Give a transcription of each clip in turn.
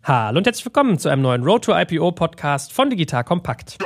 Hallo und herzlich willkommen zu einem neuen Road to IPO Podcast von Digital Compact.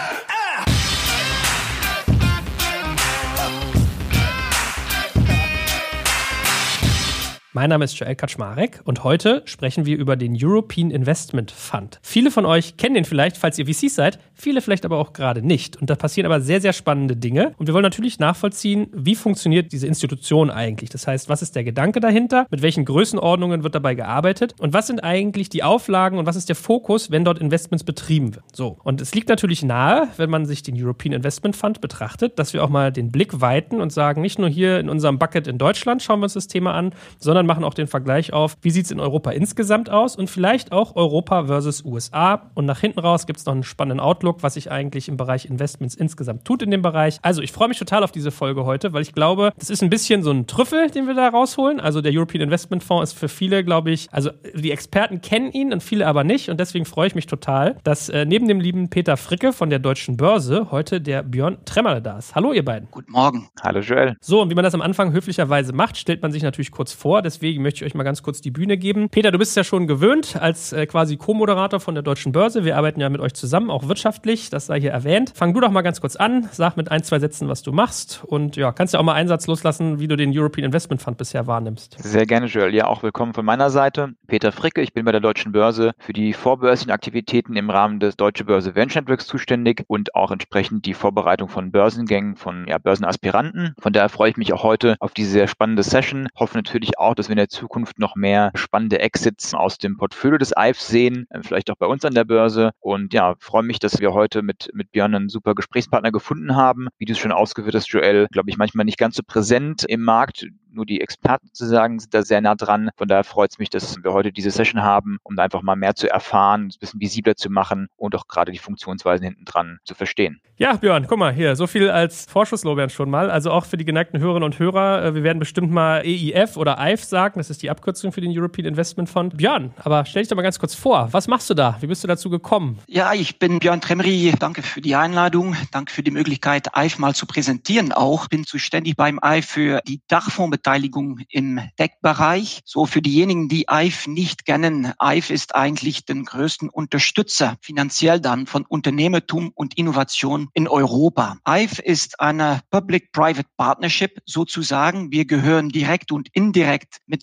Mein Name ist Joel Kaczmarek und heute sprechen wir über den European Investment Fund. Viele von euch kennen den vielleicht, falls ihr VCs seid, viele vielleicht aber auch gerade nicht. Und da passieren aber sehr, sehr spannende Dinge. Und wir wollen natürlich nachvollziehen, wie funktioniert diese Institution eigentlich? Das heißt, was ist der Gedanke dahinter? Mit welchen Größenordnungen wird dabei gearbeitet? Und was sind eigentlich die Auflagen und was ist der Fokus, wenn dort Investments betrieben wird? So. Und es liegt natürlich nahe, wenn man sich den European Investment Fund betrachtet, dass wir auch mal den Blick weiten und sagen, nicht nur hier in unserem Bucket in Deutschland schauen wir uns das Thema an, sondern machen auch den Vergleich auf, wie sieht es in Europa insgesamt aus und vielleicht auch Europa versus USA. Und nach hinten raus gibt es noch einen spannenden Outlook, was sich eigentlich im Bereich Investments insgesamt tut in dem Bereich. Also ich freue mich total auf diese Folge heute, weil ich glaube, das ist ein bisschen so ein Trüffel, den wir da rausholen. Also der European Investment Fonds ist für viele, glaube ich, also die Experten kennen ihn und viele aber nicht. Und deswegen freue ich mich total, dass neben dem lieben Peter Fricke von der Deutschen Börse heute der Björn Tremmerle da ist. Hallo ihr beiden. Guten Morgen. Hallo Joel. So, und wie man das am Anfang höflicherweise macht, stellt man sich natürlich kurz vor. Deswegen möchte ich euch mal ganz kurz die Bühne geben. Peter, du bist ja schon gewöhnt als quasi Co-Moderator von der Deutschen Börse. Wir arbeiten ja mit euch zusammen, auch wirtschaftlich. Das sei hier erwähnt. Fang du doch mal ganz kurz an. Sag mit 1-2 Sätzen, was du machst. Und ja, kannst ja auch mal einen Satz loslassen, wie du den European Investment Fund bisher wahrnimmst. Sehr gerne, Joel. Ja, auch willkommen von meiner Seite. Peter Fricke, ich bin bei der Deutschen Börse für die vorbörslichen Aktivitäten im Rahmen des Deutsche Börse Venture Networks zuständig und auch entsprechend die Vorbereitung von Börsengängen von Börsenaspiranten. Von daher freue ich mich auch heute auf diese sehr spannende Session. Hoffe natürlich auch, dass wir in der Zukunft noch mehr spannende Exits aus dem Portfolio des IFs sehen, vielleicht auch bei uns an der Börse. Und ja, freue mich, dass wir heute mit Björn einen super Gesprächspartner gefunden haben. Wie du es schon ausgeführt hast, Joel, glaube ich, manchmal nicht ganz so präsent im Markt. Nur die Experten sozusagen sind da sehr nah dran. Von daher freut es mich, dass wir heute diese Session haben, um da einfach mal mehr zu erfahren, ein bisschen visibler zu machen und auch gerade die Funktionsweisen hinten dran zu verstehen. Ja, Björn, guck mal hier, so viel als Vorschusslorbeeren schon mal. Also auch für die geneigten Hörerinnen und Hörer, wir werden bestimmt mal EIF oder IF sagen, das ist die Abkürzung für den European Investment Fund. Björn, aber stell dich doch mal ganz kurz vor, was machst du da? Wie bist du dazu gekommen? Ja, ich bin Björn Tremmerle. Danke für die Einladung, danke für die Möglichkeit, IF mal zu präsentieren auch. Bin zuständig beim IF für die Dachfondsbeteiligung im Tech-Bereich. So für diejenigen, die IF nicht kennen, IF ist eigentlich den größten Unterstützer finanziell dann von Unternehmertum und Innovation in Europa. IF ist eine Public-Private Partnership sozusagen. Wir gehören direkt und indirekt mit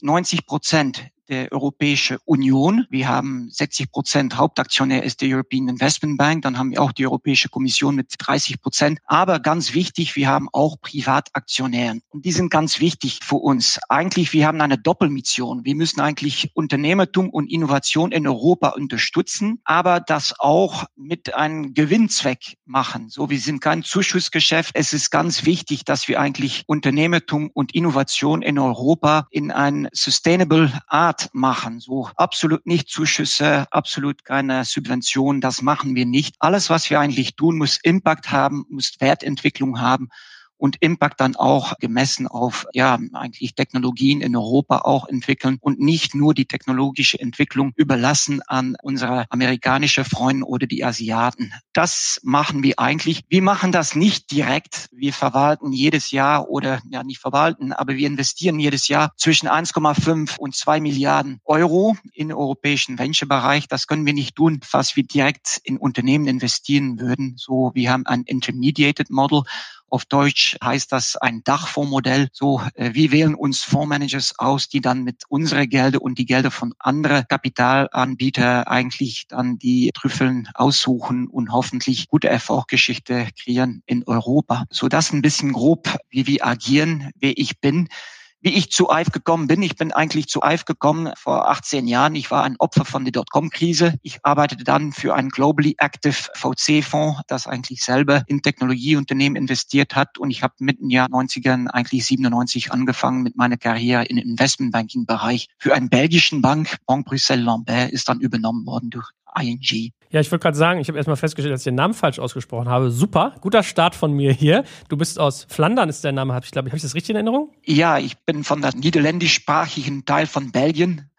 90% der Europäische Union. Wir haben 60% Hauptaktionär ist der European Investment Bank. Dann haben wir auch die Europäische Kommission mit 30%. Aber ganz wichtig, wir haben auch Privataktionäre. Und die sind ganz wichtig für uns. Eigentlich, wir haben eine Doppelmission. Wir müssen eigentlich Unternehmertum und Innovation in Europa unterstützen, aber das auch mit einem Gewinnzweck machen. So, wir sind kein Zuschussgeschäft. Es ist ganz wichtig, dass wir eigentlich Unternehmertum und Innovation in Europa in ein sustainable Art machen. So absolut nicht Zuschüsse, absolut keine Subventionen, das machen wir nicht. Alles, was wir eigentlich tun, muss Impact haben, muss Wertentwicklung haben und Impact dann auch gemessen auf, eigentlich Technologien in Europa auch entwickeln und nicht nur die technologische Entwicklung überlassen an unsere amerikanische Freunde oder die Asiaten. Das machen wir eigentlich. Wir machen das nicht direkt. Wir verwalten jedes Jahr nicht verwalten, aber wir investieren jedes Jahr zwischen 1,5 und 2 Milliarden Euro in den europäischen Venture-Bereich. Das können wir nicht tun, was wir direkt in Unternehmen investieren würden. So, wir haben ein Intermediated Model. Auf Deutsch heißt das ein Dachfondsmodell. So, wir wählen uns Fondsmanagers aus, die dann mit unseren Gelder und die Gelder von anderen Kapitalanbietern eigentlich dann die Trüffeln aussuchen und hoffentlich gute Erfolgsgeschichte kreieren in Europa. So, das ein bisschen grob, wie wir agieren, wer ich bin. Wie ich zu IFE gekommen bin. Ich bin eigentlich zu IFE gekommen vor 18 Jahren. Ich war ein Opfer von der Dotcom-Krise. Ich arbeitete dann für einen Globally Active VC-Fonds, das eigentlich selber in Technologieunternehmen investiert hat. Und ich habe mitten in den Jahr 90ern, eigentlich 97, angefangen mit meiner Karriere im Investmentbanking-Bereich für einen belgischen Bank. Banque Bruxelles Lambert ist dann übernommen worden durch ING. Ja, ich wollte gerade sagen, ich habe erstmal festgestellt, dass ich den Namen falsch ausgesprochen habe. Super, guter Start von mir hier. Du bist aus Flandern, ist der Name, habe ich das richtig in Erinnerung? Ja, ich bin von der niederländischsprachigen Teil von Belgien.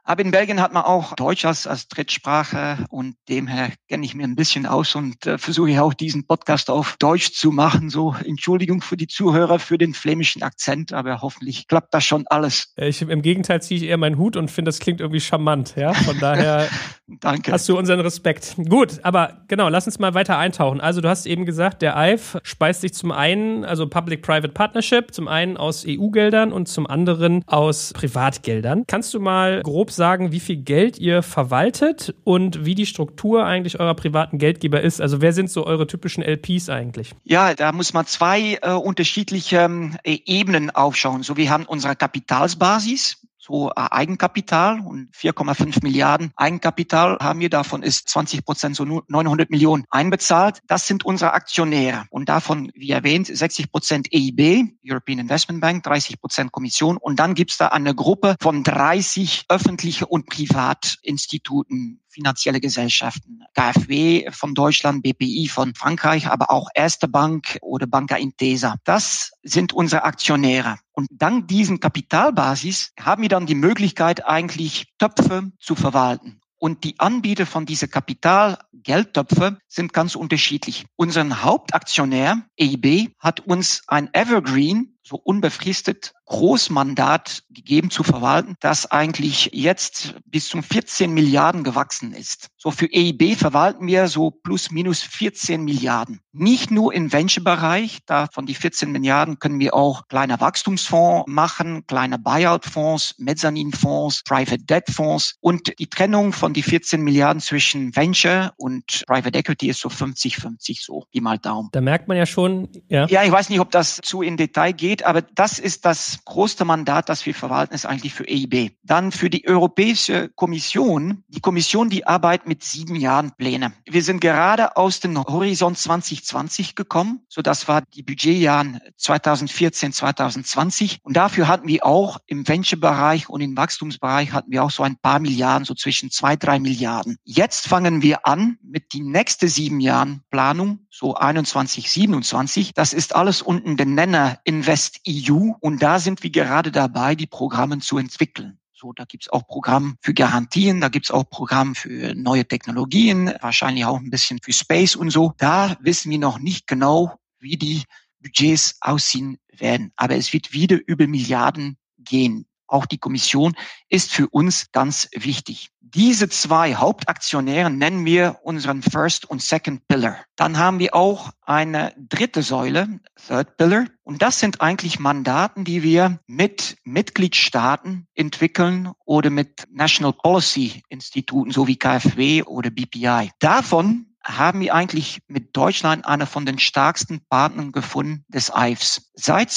Aber in Belgien hat man auch Deutsch als Drittsprache und demher kenne ich mir ein bisschen aus und versuche auch diesen Podcast auf Deutsch zu machen. So, Entschuldigung für die Zuhörer für den flämischen Akzent, aber hoffentlich klappt das schon alles. Im Gegenteil ziehe ich eher meinen Hut und finde, das klingt irgendwie charmant. Ja? Von daher Danke. Hast du unseren Respekt. Gut, aber genau, lass uns mal weiter eintauchen. Also du hast eben gesagt, der EIF speist sich zum einen, also Public-Private Partnership, zum einen aus EU-Geldern und zum anderen aus Privatgeldern. Kannst du mal grob sagen, wie viel Geld ihr verwaltet und wie die Struktur eigentlich eurer privaten Geldgeber ist? Also wer sind so eure typischen LPs eigentlich? Ja, da muss man zwei unterschiedliche Ebenen aufschauen. So, wir haben unsere Kapitalsbasis, so Eigenkapital und 4,5 Milliarden Eigenkapital haben wir. Davon ist 20%, so 900 Millionen einbezahlt. Das sind unsere Aktionäre. Und davon, wie erwähnt, 60% EIB, European Investment Bank, 30% Kommission. Und dann gibt's da eine Gruppe von 30 öffentliche und Privatinstituten, finanzielle Gesellschaften, KfW von Deutschland, BPI von Frankreich, aber auch Erste Bank oder Banca Intesa. Das sind unsere Aktionäre. Und dank diesen Kapitalbasis haben wir dann die Möglichkeit, eigentlich Töpfe zu verwalten. Und die Anbieter von diese Kapitalgeldtöpfe sind ganz unterschiedlich. Unseren Hauptaktionär, EIB, hat uns ein Evergreen, so unbefristet Großmandat gegeben zu verwalten, das eigentlich jetzt bis zu 14 Milliarden gewachsen ist. So für EIB verwalten wir so plus minus 14 Milliarden. Nicht nur im Venture-Bereich, da von die 14 Milliarden können wir auch kleine Wachstumsfonds machen, kleine Buyout-Fonds, Mezzanin-Fonds, Private-Debt-Fonds und die Trennung von die 14 Milliarden zwischen Venture und Private Equity ist so 50-50, so wie mal Daumen. Da merkt man ja schon, ja. Ja, ich weiß nicht, ob das zu in Detail geht, aber das ist das größte Mandat, das wir verwalten, ist eigentlich für EIB. Dann für die Europäische Kommission. Die Kommission, die arbeitet mit 7 Jahren Pläne. Wir sind gerade aus dem Horizont 2020 gekommen. So, das war die Budgetjahren 2014, 2020. Und dafür hatten wir auch im Venture-Bereich und im Wachstumsbereich hatten wir auch so ein paar Milliarden, so zwischen 2-3 Milliarden. Jetzt fangen wir an mit die nächste 7 Jahren Planung, so 21, 27. Das ist alles unten den Nenner InvestEU. Und da sind wir gerade dabei, die Programme zu entwickeln. So, da gibt's auch Programme für Garantien, da gibt's auch Programme für neue Technologien, wahrscheinlich auch ein bisschen für Space und so. Da wissen wir noch nicht genau, wie die Budgets aussehen werden. Aber es wird wieder über Milliarden gehen. Auch die Kommission ist für uns ganz wichtig. Diese zwei Hauptaktionäre nennen wir unseren First und Second Pillar. Dann haben wir auch eine dritte Säule, Third Pillar. Und das sind eigentlich Mandaten, die wir mit Mitgliedstaaten entwickeln oder mit National Policy Instituten, so wie KfW oder BPI. Davon haben wir eigentlich mit Deutschland einer von den stärksten Partnern gefunden des EIFs. Seit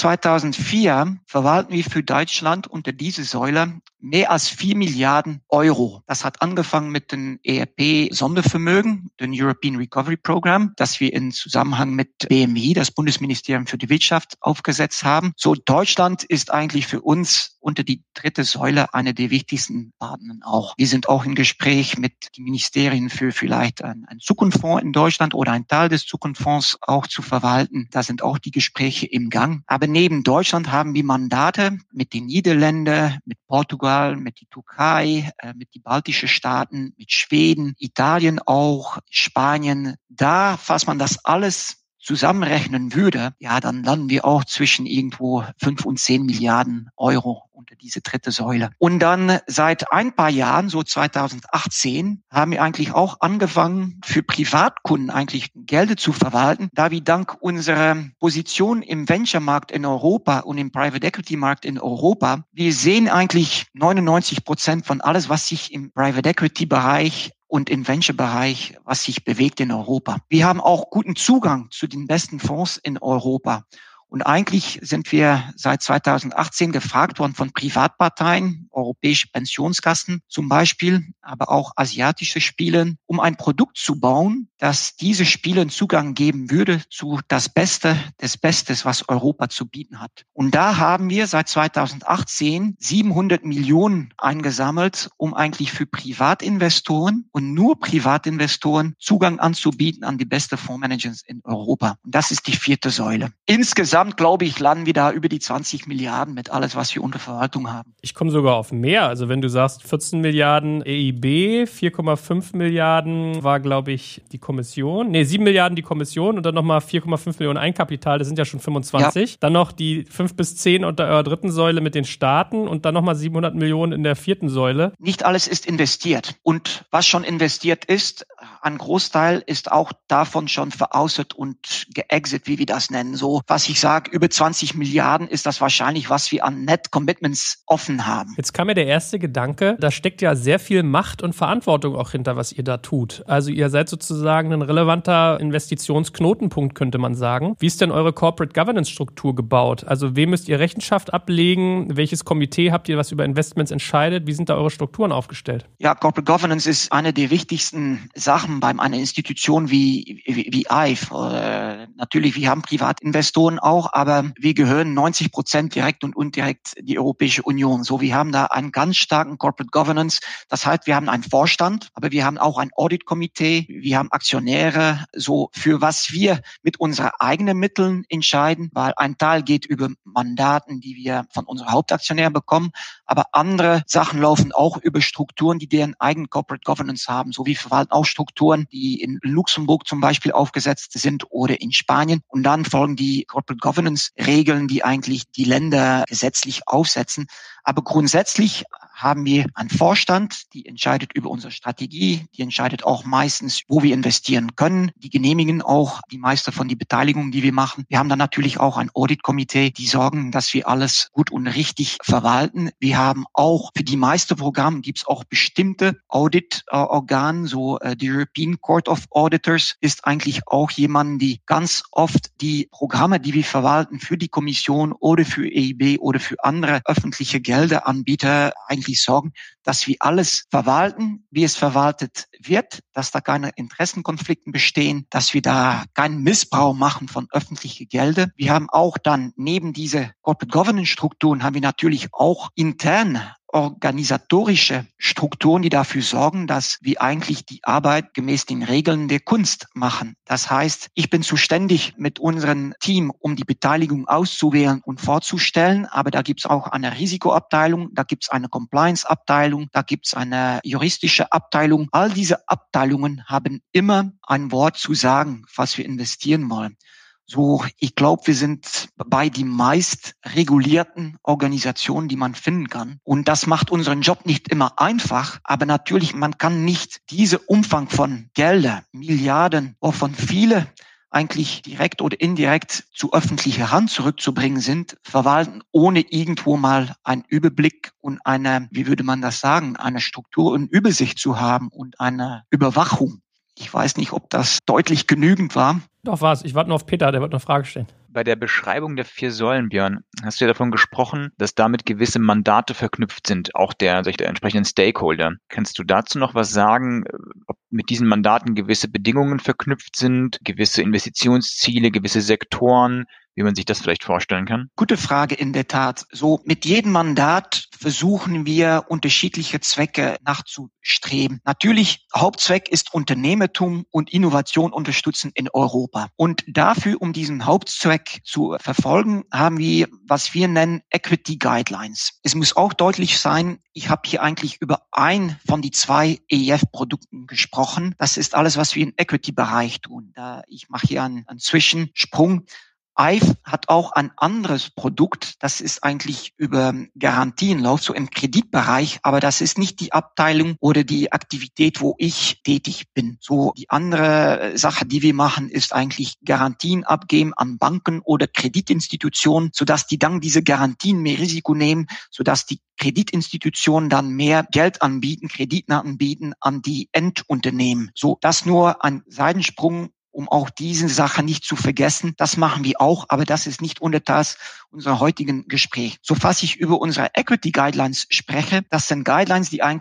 2004 verwalten wir für Deutschland unter diese Säule mehr als 4 Milliarden Euro. Das hat angefangen mit dem ERP-Sondervermögen, dem European Recovery Program, das wir in Zusammenhang mit BMI, das Bundesministerium für die Wirtschaft, aufgesetzt haben. So, Deutschland ist eigentlich für uns unter die dritte Säule eine der wichtigsten Partner auch. Wir sind auch im Gespräch mit den Ministerien für vielleicht einen Zukunftsfonds in Deutschland oder einen Teil des Zukunftsfonds auch zu verwalten. Da sind auch die Gespräche im Gang. Aber neben Deutschland haben wir Mandate mit den Niederlanden, mit Portugal, mit der Türkei, mit den baltischen Staaten, mit Schweden, Italien auch, Spanien. Da, falls man das alles zusammenrechnen würde, ja, dann landen wir auch zwischen irgendwo 5 und 10 Milliarden Euro unter diese dritte Säule. Und dann seit ein paar Jahren, so 2018, haben wir eigentlich auch angefangen, für Privatkunden eigentlich Gelder zu verwalten, da wir dank unserer Position im Venture-Markt in Europa und im Private-Equity-Markt in Europa, wir sehen eigentlich 99% von alles, was sich im Private-Equity-Bereich und im Venture-Bereich, was sich bewegt in Europa. Wir haben auch guten Zugang zu den besten Fonds in Europa. Und eigentlich sind wir seit 2018 gefragt worden von Privatparteien, europäische Pensionskassen zum Beispiel, aber auch asiatische Spiele um ein Produkt zu bauen, das diese Spielern Zugang geben würde zu das Beste des Bestes, was Europa zu bieten hat. Und da haben wir seit 2018 700 Millionen eingesammelt, um eigentlich für Privatinvestoren und nur Privatinvestoren Zugang anzubieten an die beste Fondsmanager in Europa. Und das ist die 4. Säule. Insgesamt, glaube ich, landen wir da über die 20 Milliarden mit alles, was wir unter Verwaltung haben. Ich komme sogar auf mehr. Also wenn du sagst 14 Milliarden EIB, 4,5 Milliarden war, glaube ich, die Kommission. 7 Milliarden die Kommission und dann nochmal 4,5 Millionen Eigenkapital. Das sind ja schon 25. Ja. Dann noch die 5 bis 10 unter eurer 3. Säule mit den Staaten und dann nochmal 700 Millionen in der 4. Säule. Nicht alles ist investiert. Und was schon investiert ist, ein Großteil ist auch davon schon verausert und geexit, wie wir das nennen. So, was ich sage, über 20 Milliarden ist das wahrscheinlich, was wir an Net Commitments offen haben. Jetzt kam mir der erste Gedanke, da steckt ja sehr viel Macht und Verantwortung auch hinter, was ihr da tut. Also ihr seid sozusagen ein relevanter Investitionsknotenpunkt, könnte man sagen. Wie ist denn eure Corporate Governance Struktur gebaut? Also wem müsst ihr Rechenschaft ablegen? Welches Komitee habt ihr, was über Investments entscheidet? Wie sind da eure Strukturen aufgestellt? Ja, Corporate Governance ist eine der wichtigsten Sachen bei einer Institution wie IFE. Natürlich, wir haben Privatinvestoren auch, aber wir gehören 90% direkt und indirekt die Europäische Union. So, wir haben da einen ganz starken Corporate Governance. Das heißt, wir haben einen Vorstand, aber wir haben auch ein Audit-Komitee, wir haben Aktionäre, so für was wir mit unseren eigenen Mitteln entscheiden, weil ein Teil geht über Mandaten, die wir von unserem Hauptaktionär bekommen, aber andere Sachen laufen auch über Strukturen, die deren eigenen Corporate Governance haben. So wie verwalten auch Strukturen, die in Luxemburg zum Beispiel aufgesetzt sind oder in Spanien. Und dann folgen die Corporate Governance Regeln, die eigentlich die Länder gesetzlich aufsetzen. Aber grundsätzlich haben wir einen Vorstand, die entscheidet über unsere Strategie, die entscheidet auch meistens, wo wir investieren können. Die genehmigen auch die meiste von den Beteiligungen, die wir machen. Wir haben dann natürlich auch ein Audit-Komitee, die sorgen, dass wir alles gut und richtig verwalten. Wir haben auch für die meisten Programme gibt es auch bestimmte Audit-Organe, so die European Court of Auditors ist eigentlich auch jemand, die ganz oft die Programme, die wir verwalten für die Kommission oder für EIB oder für andere öffentliche Gelderanbieter eigentlich sorgen, dass wir alles verwalten, wie es verwaltet wird, dass da keine Interessenkonflikte bestehen, dass wir da keinen Missbrauch machen von öffentlichen Geldern. Wir haben auch dann neben diese Corporate Governance Strukturen haben wir natürlich auch interne organisatorische Strukturen, die dafür sorgen, dass wir eigentlich die Arbeit gemäß den Regeln der Kunst machen. Das heißt, ich bin zuständig mit unserem Team, um die Beteiligung auszuwählen und vorzustellen, aber da gibt es auch eine Risikoabteilung, da gibt es eine Compliance-Abteilung, da gibt es eine juristische Abteilung. All diese Abteilungen haben immer ein Wort zu sagen, was wir investieren wollen. So, ich glaube, wir sind bei den meist regulierten Organisationen, die man finden kann. Und das macht unseren Job nicht immer einfach. Aber natürlich, man kann nicht diese Umfang von Gelder, Milliarden, wovon viele eigentlich direkt oder indirekt zu öffentlicher Hand zurückzubringen sind, verwalten, ohne irgendwo mal einen Überblick und eine, wie würde man das sagen, eine Struktur und Übersicht zu haben und eine Überwachung. Ich weiß nicht, ob das deutlich genügend war. Doch, war's. Ich warte nur auf Peter, der wird eine Frage stellen. Bei der Beschreibung der 4 Säulen, Björn, hast du ja davon gesprochen, dass damit gewisse Mandate verknüpft sind, auch der entsprechenden Stakeholder. Kannst du dazu noch was sagen, ob mit diesen Mandaten gewisse Bedingungen verknüpft sind, gewisse Investitionsziele, gewisse Sektoren, wie man sich das vielleicht vorstellen kann? Gute Frage, in der Tat. So, mit jedem Mandat versuchen wir, unterschiedliche Zwecke nachzustreben. Natürlich, Hauptzweck ist Unternehmertum und Innovation unterstützen in Europa. Und dafür, um diesen Hauptzweck zu verfolgen, haben wir, was wir nennen, Equity Guidelines. Es muss auch deutlich sein, ich habe hier eigentlich über ein von die 2 EIF-Produkten gesprochen. Das ist alles, was wir im Equity-Bereich tun. Ich mache hier einen Zwischensprung. IFE hat auch ein anderes Produkt, das ist eigentlich über Garantien läuft, so im Kreditbereich, aber das ist nicht die Abteilung oder die Aktivität, wo ich tätig bin. So, die andere Sache, die wir machen, ist eigentlich Garantien abgeben an Banken oder Kreditinstitutionen, sodass die dann diese Garantien mehr Risiko nehmen, sodass die Kreditinstitutionen dann mehr Geld anbieten, Kredite anbieten an die Endunternehmen. So, das nur ein Seitensprung, um auch diese Sache nicht zu vergessen. Das machen wir auch, aber das ist nicht Unterteil unserer heutigen Gespräch. So, falls ich über unsere Equity Guidelines spreche, das sind Guidelines, die eigentlich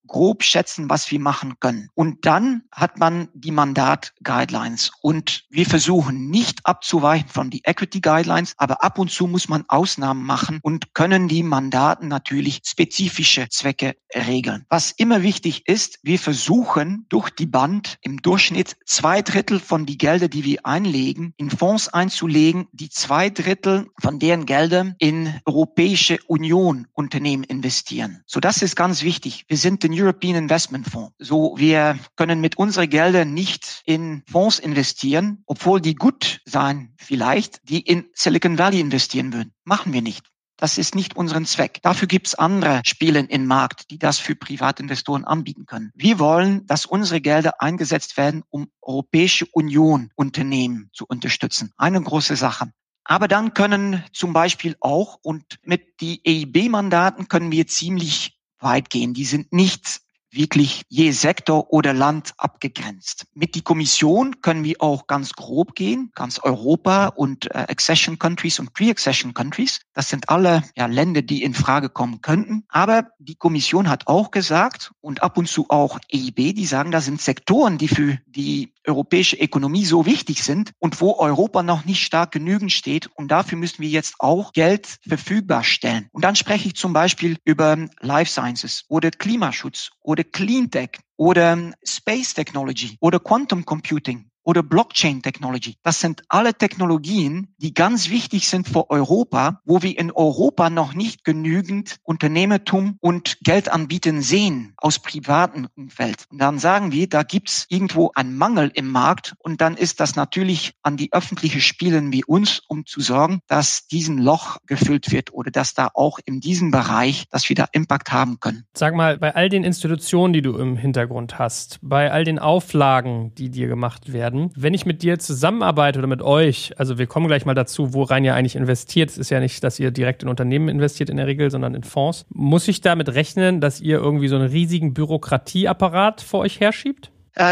grob schätzen, was wir machen können. Und dann hat man die Mandat-Guidelines. Und wir versuchen nicht abzuweichen von die Equity-Guidelines, aber ab und zu muss man Ausnahmen machen und können die Mandaten natürlich spezifische Zwecke regeln. Was immer wichtig ist, wir versuchen durch die Bank im Durchschnitt 2/3 von die Gelder, die wir einlegen, in Fonds einzulegen, die 2/3 von deren Gelder in Europäische Union Unternehmen investieren. So, das ist ganz wichtig. Wir sind den European Investment Fonds. So, wir können mit unseren Geldern nicht in Fonds investieren, obwohl die gut sein vielleicht, die in Silicon Valley investieren würden. Machen wir nicht. Das ist nicht unseren Zweck. Dafür gibt's andere Spiele im Markt, die das für Privatinvestoren anbieten können. Wir wollen, dass unsere Gelder eingesetzt werden, um Europäische Union Unternehmen zu unterstützen. Eine große Sache. Aber dann können zum Beispiel auch, und mit die EIB-Mandaten können wir ziemlich weit gehen. Die sind nicht wirklich je Sektor oder Land abgegrenzt. Mit die Kommission können wir auch ganz grob gehen, ganz Europa und Accession Countries und Pre-Accession Countries. Das sind alle Länder, die in Frage kommen könnten. Aber die Kommission hat auch gesagt und ab und zu auch EIB, die sagen, da sind Sektoren, die für die europäische Ökonomie so wichtig sind und wo Europa noch nicht stark genügend steht. Und dafür müssen wir jetzt auch Geld verfügbar stellen. Und dann spreche ich zum Beispiel über Life Sciences oder Klimaschutz oder Cleantech oder Space Technology oder Quantum Computing oder Blockchain Technology. Das sind alle Technologien, die ganz wichtig sind für Europa, wo wir in Europa noch nicht genügend Unternehmertum und Geldanbieten sehen aus privatem Umfeld. Und dann sagen wir, da gibt's irgendwo einen Mangel im Markt und dann ist das natürlich an die öffentlichen Spielen wie uns, um zu sorgen, dass diesen Loch gefüllt wird oder dass da auch in diesem Bereich, dass wir da Impact haben können. Sag mal, bei all den Institutionen, die du im Hintergrund hast, bei all den Auflagen, die dir gemacht werden, wenn ich mit dir zusammenarbeite oder mit euch, also wir kommen gleich mal dazu, worein ihr eigentlich investiert. Es ist ja nicht, dass ihr direkt in Unternehmen investiert in der Regel, sondern in Fonds. Muss ich damit rechnen, dass ihr irgendwie so einen riesigen Bürokratieapparat vor euch herschiebt?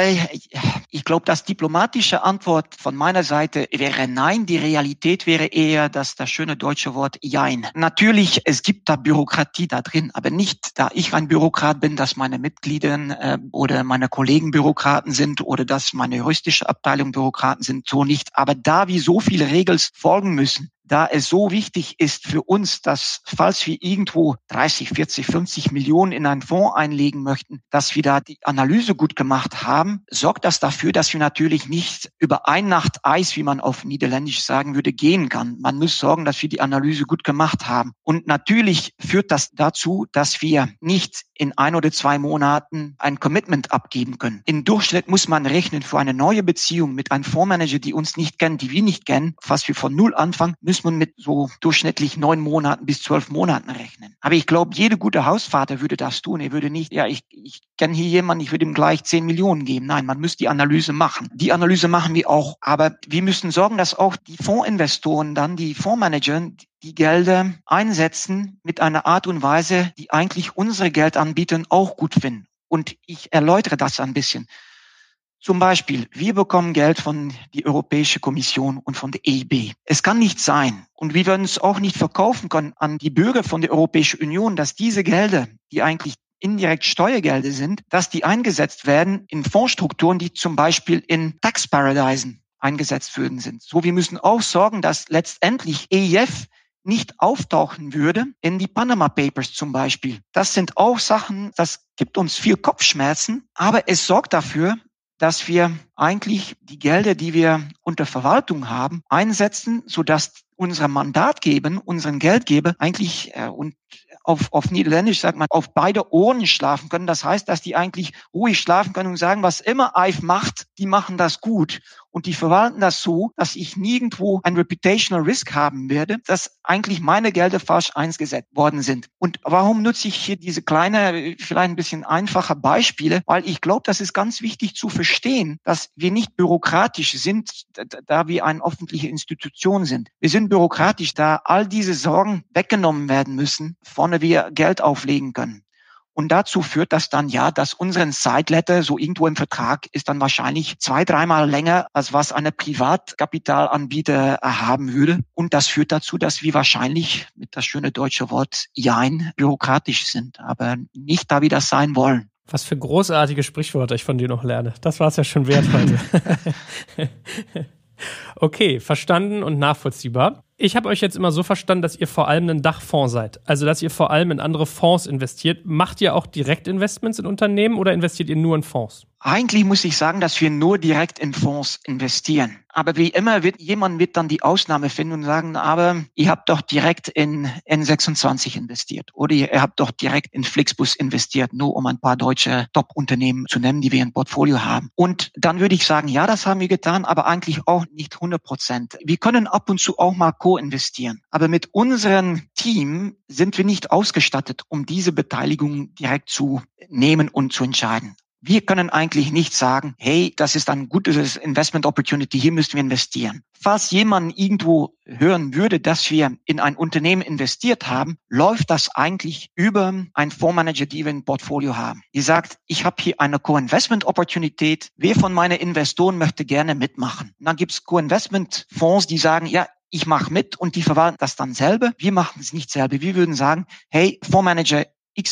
Ich glaube, das diplomatische Antwort von meiner Seite wäre nein. Die Realität wäre eher das schöne deutsche Wort jein. Natürlich, es gibt da Bürokratie da drin, aber nicht, da ich ein Bürokrat bin, dass meine Mitglieder oder meine Kollegen Bürokraten sind oder dass meine juristische Abteilung Bürokraten sind, so nicht. Aber da wir so viele Regeln folgen müssen, da es so wichtig ist für uns, dass falls wir irgendwo 30, 40, 50 Millionen in einen Fonds einlegen möchten, dass wir da die Analyse gut gemacht haben, sorgt das dafür, dass wir natürlich nicht über ein Nacht Eis, wie man auf Niederländisch sagen würde, gehen kann. Man muss sorgen, dass wir die Analyse gut gemacht haben. Und natürlich führt das dazu, dass wir nicht in 1 oder 2 Monaten ein Commitment abgeben können. Im Durchschnitt muss man rechnen für eine neue Beziehung mit einem Fondsmanager, die uns nicht kennen, die wir nicht kennen, fast wir von null anfangen, müssen wir mit so durchschnittlich 9 Monaten bis 12 Monaten rechnen. Aber ich glaube, jeder gute Hausvater würde das tun. Er würde nicht, ich kenne hier jemanden, ich würde ihm gleich 10 Millionen geben. Nein, man muss die Analyse machen. Die Analyse machen wir auch. Aber wir müssen sorgen, dass auch die Fondsinvestoren dann, die Fondsmanager, die Gelder einsetzen mit einer Art und Weise, die eigentlich unsere Geldanbieter auch gut finden. Und ich erläutere das ein bisschen. Zum Beispiel, wir bekommen Geld von der Europäischen Kommission und von der EIB. Es kann nicht sein, und wir werden es auch nicht verkaufen können an die Bürger von der Europäischen Union, dass diese Gelder, die eigentlich indirekt Steuergelder sind, dass die eingesetzt werden in Fondsstrukturen, die zum Beispiel in Tax Paradisen eingesetzt würden sind. So, wir müssen auch sorgen, dass letztendlich EIF nicht auftauchen würde in die Panama Papers zum Beispiel. Das sind auch Sachen, das gibt uns viel Kopfschmerzen, aber es sorgt dafür, dass wir eigentlich die Gelder, die wir unter Verwaltung haben, einsetzen, sodass unsere Mandatgeber, unseren Geldgeber eigentlich und auf Niederländisch sagt man, auf beide Ohren schlafen können. Das heißt, dass die eigentlich ruhig schlafen können und sagen, was immer EIF macht, die machen das gut. Und die verwalten das so, dass ich nirgendwo ein Reputational Risk haben werde, dass eigentlich meine Gelder falsch eingesetzt worden sind. Und warum nutze ich hier diese kleine, vielleicht ein bisschen einfache Beispiele? Weil ich glaube, das ist ganz wichtig zu verstehen, dass wir nicht bürokratisch sind, da wir eine öffentliche Institution sind. Wir sind bürokratisch, da all diese Sorgen weggenommen werden müssen, vorne wir Geld auflegen können. Und dazu führt das dann dass unseren Side-Letter so irgendwo im Vertrag ist dann wahrscheinlich 2-3 Mal länger, als was eine Privatkapitalanbieter haben würde. Und das führt dazu, dass wir wahrscheinlich mit das schöne deutsche Wort jein bürokratisch sind, aber nicht da wir das sein wollen. Was für großartige Sprichwörter ich von dir noch lerne. Das war es ja schon wert heute. Okay, verstanden und nachvollziehbar. Ich habe euch jetzt immer so verstanden, dass ihr vor allem ein Dachfonds seid. Also, dass ihr vor allem in andere Fonds investiert. Macht ihr auch Direktinvestments in Unternehmen oder investiert ihr nur in Fonds? Eigentlich muss ich sagen, dass wir nur direkt in Fonds investieren. Aber wie immer wird jemand dann die Ausnahme finden und sagen, aber ihr habt doch direkt in N26 investiert oder ihr habt doch direkt in Flixbus investiert, nur um ein paar deutsche Top-Unternehmen zu nennen, die wir im Portfolio haben. Und dann würde ich sagen, ja, das haben wir getan, aber eigentlich auch nicht 100%. Wir können ab und zu auch mal co-investieren. Aber mit unserem Team sind wir nicht ausgestattet, um diese Beteiligung direkt zu nehmen und zu entscheiden. Wir können eigentlich nicht sagen, hey, das ist ein gutes Investment Opportunity, hier müssen wir investieren. Falls jemand irgendwo hören würde, dass wir in ein Unternehmen investiert haben, läuft das eigentlich über einen Fondsmanager, die wir im Portfolio haben. Die sagt, ich habe hier eine Co-Investment Opportunität, wer von meinen Investoren möchte gerne mitmachen? Und dann gibt es Co-Investment-Fonds, die sagen, ja, ich mache mit und die verwalten das dann selber. Wir machen es nicht selber. Wir würden sagen, hey, Fondsmanager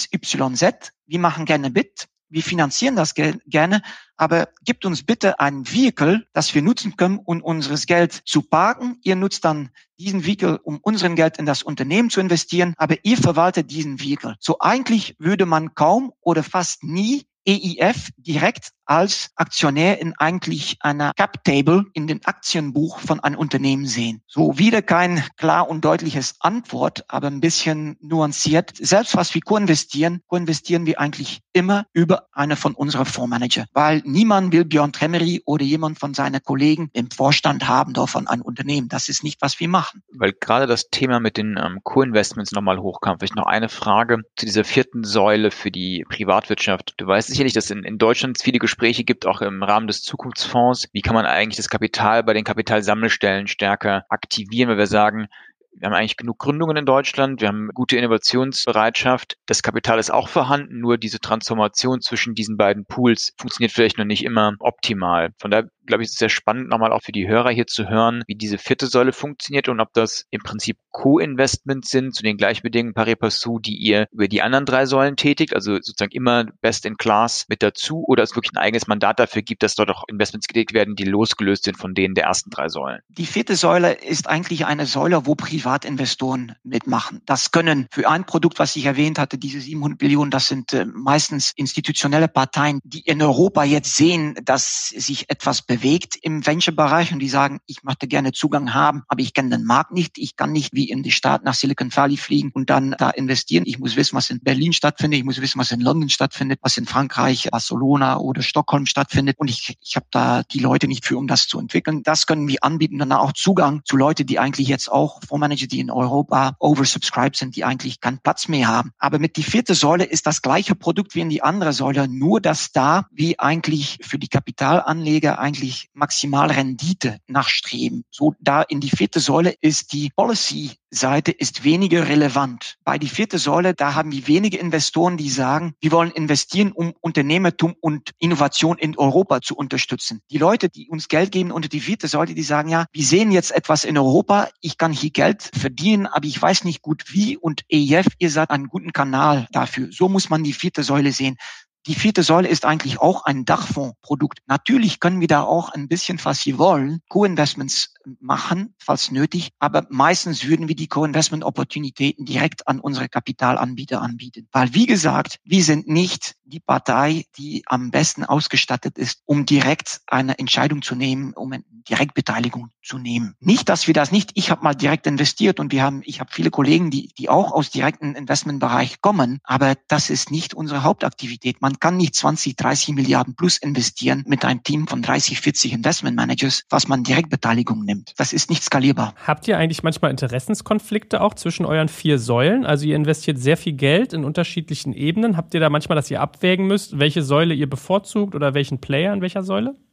XYZ, wir machen gerne mit. Wir finanzieren das Geld gerne, aber gibt uns bitte ein Vehicle, das wir nutzen können, um unseres Geld zu parken. Ihr nutzt dann diesen Vehicle, um unseren Geld in das Unternehmen zu investieren, aber ihr verwaltet diesen Vehicle. So eigentlich würde man kaum oder fast nie EIF direkt als Aktionär in eigentlich einer Cap-Table in den Aktienbuch von einem Unternehmen sehen. So wieder kein klar und deutliches Antwort, aber ein bisschen nuanciert. Selbst was wir co-investieren wir eigentlich immer über eine von unseren Fondsmanager, weil niemand will Björn Tremmery oder jemand von seinen Kollegen im Vorstand haben davon ein Unternehmen. Das ist nicht, was wir machen. Weil gerade das Thema mit den Co-Investments nochmal hochkam. Vielleicht noch eine Frage zu dieser vierten Säule für die Privatwirtschaft. Du weißt sicherlich, dass in Deutschland viele Gespräche gibt, auch im Rahmen des Zukunftsfonds. Wie kann man eigentlich das Kapital bei den Kapitalsammelstellen stärker aktivieren, weil wir sagen, wir haben eigentlich genug Gründungen in Deutschland, wir haben gute Innovationsbereitschaft, das Kapital ist auch vorhanden, nur diese Transformation zwischen diesen beiden Pools funktioniert vielleicht noch nicht immer optimal. Von daher glaube ich, ist es sehr spannend, nochmal auch für die Hörer hier zu hören, wie diese vierte Säule funktioniert und ob das im Prinzip Co-Investments sind zu den gleichen Bedingungen pari passu, die ihr über die anderen drei Säulen tätigt, also sozusagen immer best in class mit dazu, oder es wirklich ein eigenes Mandat dafür gibt, dass dort auch Investments getätigt werden, die losgelöst sind von denen der ersten drei Säulen. Die vierte Säule ist eigentlich eine Säule, wo Privatinvestoren mitmachen. Das können für ein Produkt, was ich erwähnt hatte, diese 700 Millionen, das sind meistens institutionelle Parteien, die in Europa jetzt sehen, dass sich etwas bewegt im Venture-Bereich und die sagen, ich möchte gerne Zugang haben, aber ich kenne den Markt nicht. Ich kann nicht wie in die Staaten nach Silicon Valley fliegen und dann da investieren. Ich muss wissen, was in Berlin stattfindet. Ich muss wissen, was in London stattfindet, was in Frankreich, Barcelona oder Stockholm stattfindet. Und ich habe da die Leute nicht für, um das zu entwickeln. Das können wir anbieten, dann auch Zugang zu Leuten, die eigentlich jetzt auch Fondsmanager, die in Europa oversubscribed sind, die eigentlich keinen Platz mehr haben. Aber mit die vierte Säule ist das gleiche Produkt wie in die andere Säule, nur dass da wie eigentlich für die Kapitalanleger eigentlich maximal Rendite nachstreben. So da in die vierte Säule ist die Policy-Seite ist weniger relevant. Bei die vierte Säule, da haben wir wenige Investoren, die sagen, wir wollen investieren, um Unternehmertum und Innovation in Europa zu unterstützen. Die Leute, die uns Geld geben unter die vierte Säule, die sagen, ja, wir sehen jetzt etwas in Europa, ich kann hier Geld verdienen, aber ich weiß nicht gut wie und EIF, ihr seid einen guten Kanal dafür. So muss man die vierte Säule sehen. Die vierte Säule ist eigentlich auch ein Dachfondsprodukt. Natürlich können wir da auch ein bisschen, was wir wollen, Co-Investments machen, falls nötig. Aber meistens würden wir die Co-Investment-Opportunitäten direkt an unsere Kapitalanbieter anbieten. Weil, wie gesagt, wir sind nicht die Partei, die am besten ausgestattet ist, um direkt eine Entscheidung zu nehmen, um eine Direktbeteiligung zu nehmen. Nicht, dass wir das nicht, ich habe mal direkt investiert und ich habe viele Kollegen, die auch aus direkten Investmentbereich kommen, aber das ist nicht unsere Hauptaktivität. Man kann nicht 20, 30 Milliarden plus investieren mit einem Team von 30, 40 Investmentmanagers, was man Direktbeteiligung nimmt. Das ist nicht skalierbar. Habt ihr eigentlich manchmal Interessenskonflikte auch zwischen euren 4 Säulen? Also ihr investiert sehr viel Geld in unterschiedlichen Ebenen. Habt ihr da manchmal, dass ihr abwägen müsst, welche Säule ihr bevorzugt oder welchen Player in welcher Säule?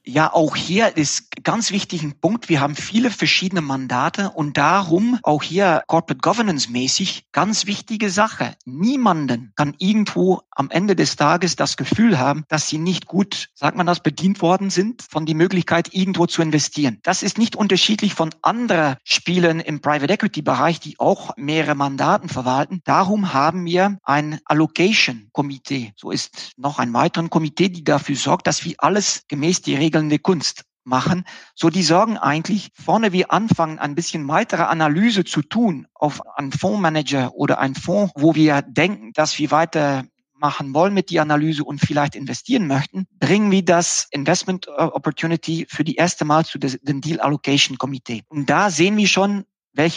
Ja, auch hier ist ganz wichtig ein Punkt. Wir haben viele verschiedene Mandate und darum auch hier Corporate Governance mäßig ganz wichtige Sache. Niemanden kann irgendwo am Ende des Tages das Gefühl haben, dass sie nicht gut, sagt man das, bedient worden sind von die Möglichkeit, irgendwo zu investieren. Das ist nicht unterschiedlich von anderen Spielen im Private Equity Bereich, die auch mehrere Mandaten verwalten. Darum haben wir ein Allocation Komitee. So ist noch ein weiteres Komitee, die dafür sorgt, dass wir alles gemäß die Regeln der Kunst machen. So, die sorgen eigentlich, vorne wir anfangen, ein bisschen weitere Analyse zu tun auf einen Fondsmanager oder einen Fonds, wo wir denken, dass wir weiter machen wollen mit die Analyse und vielleicht investieren möchten, bringen wir das Investment Opportunity für die erste Mal zu dem Deal Allocation Komitee. Und da sehen wir schon,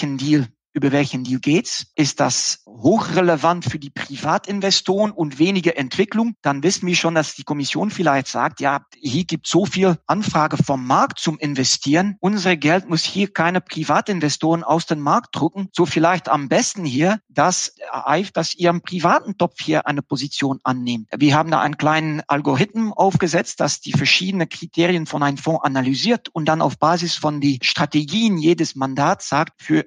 über welchen Deal geht's? Ist das hochrelevant für die Privatinvestoren und weniger Entwicklung? Dann wissen wir schon, dass die Kommission vielleicht sagt, ja, hier gibt so viel Anfrage vom Markt zum Investieren. Unser Geld muss hier keine Privatinvestoren aus dem Markt drucken. So vielleicht am besten hier, dass ihr im privaten Topf hier eine Position annehmt. Wir haben da einen kleinen Algorithmen aufgesetzt, dass die verschiedenen Kriterien von einem Fonds analysiert und dann auf Basis von die Strategien jedes Mandats sagt, für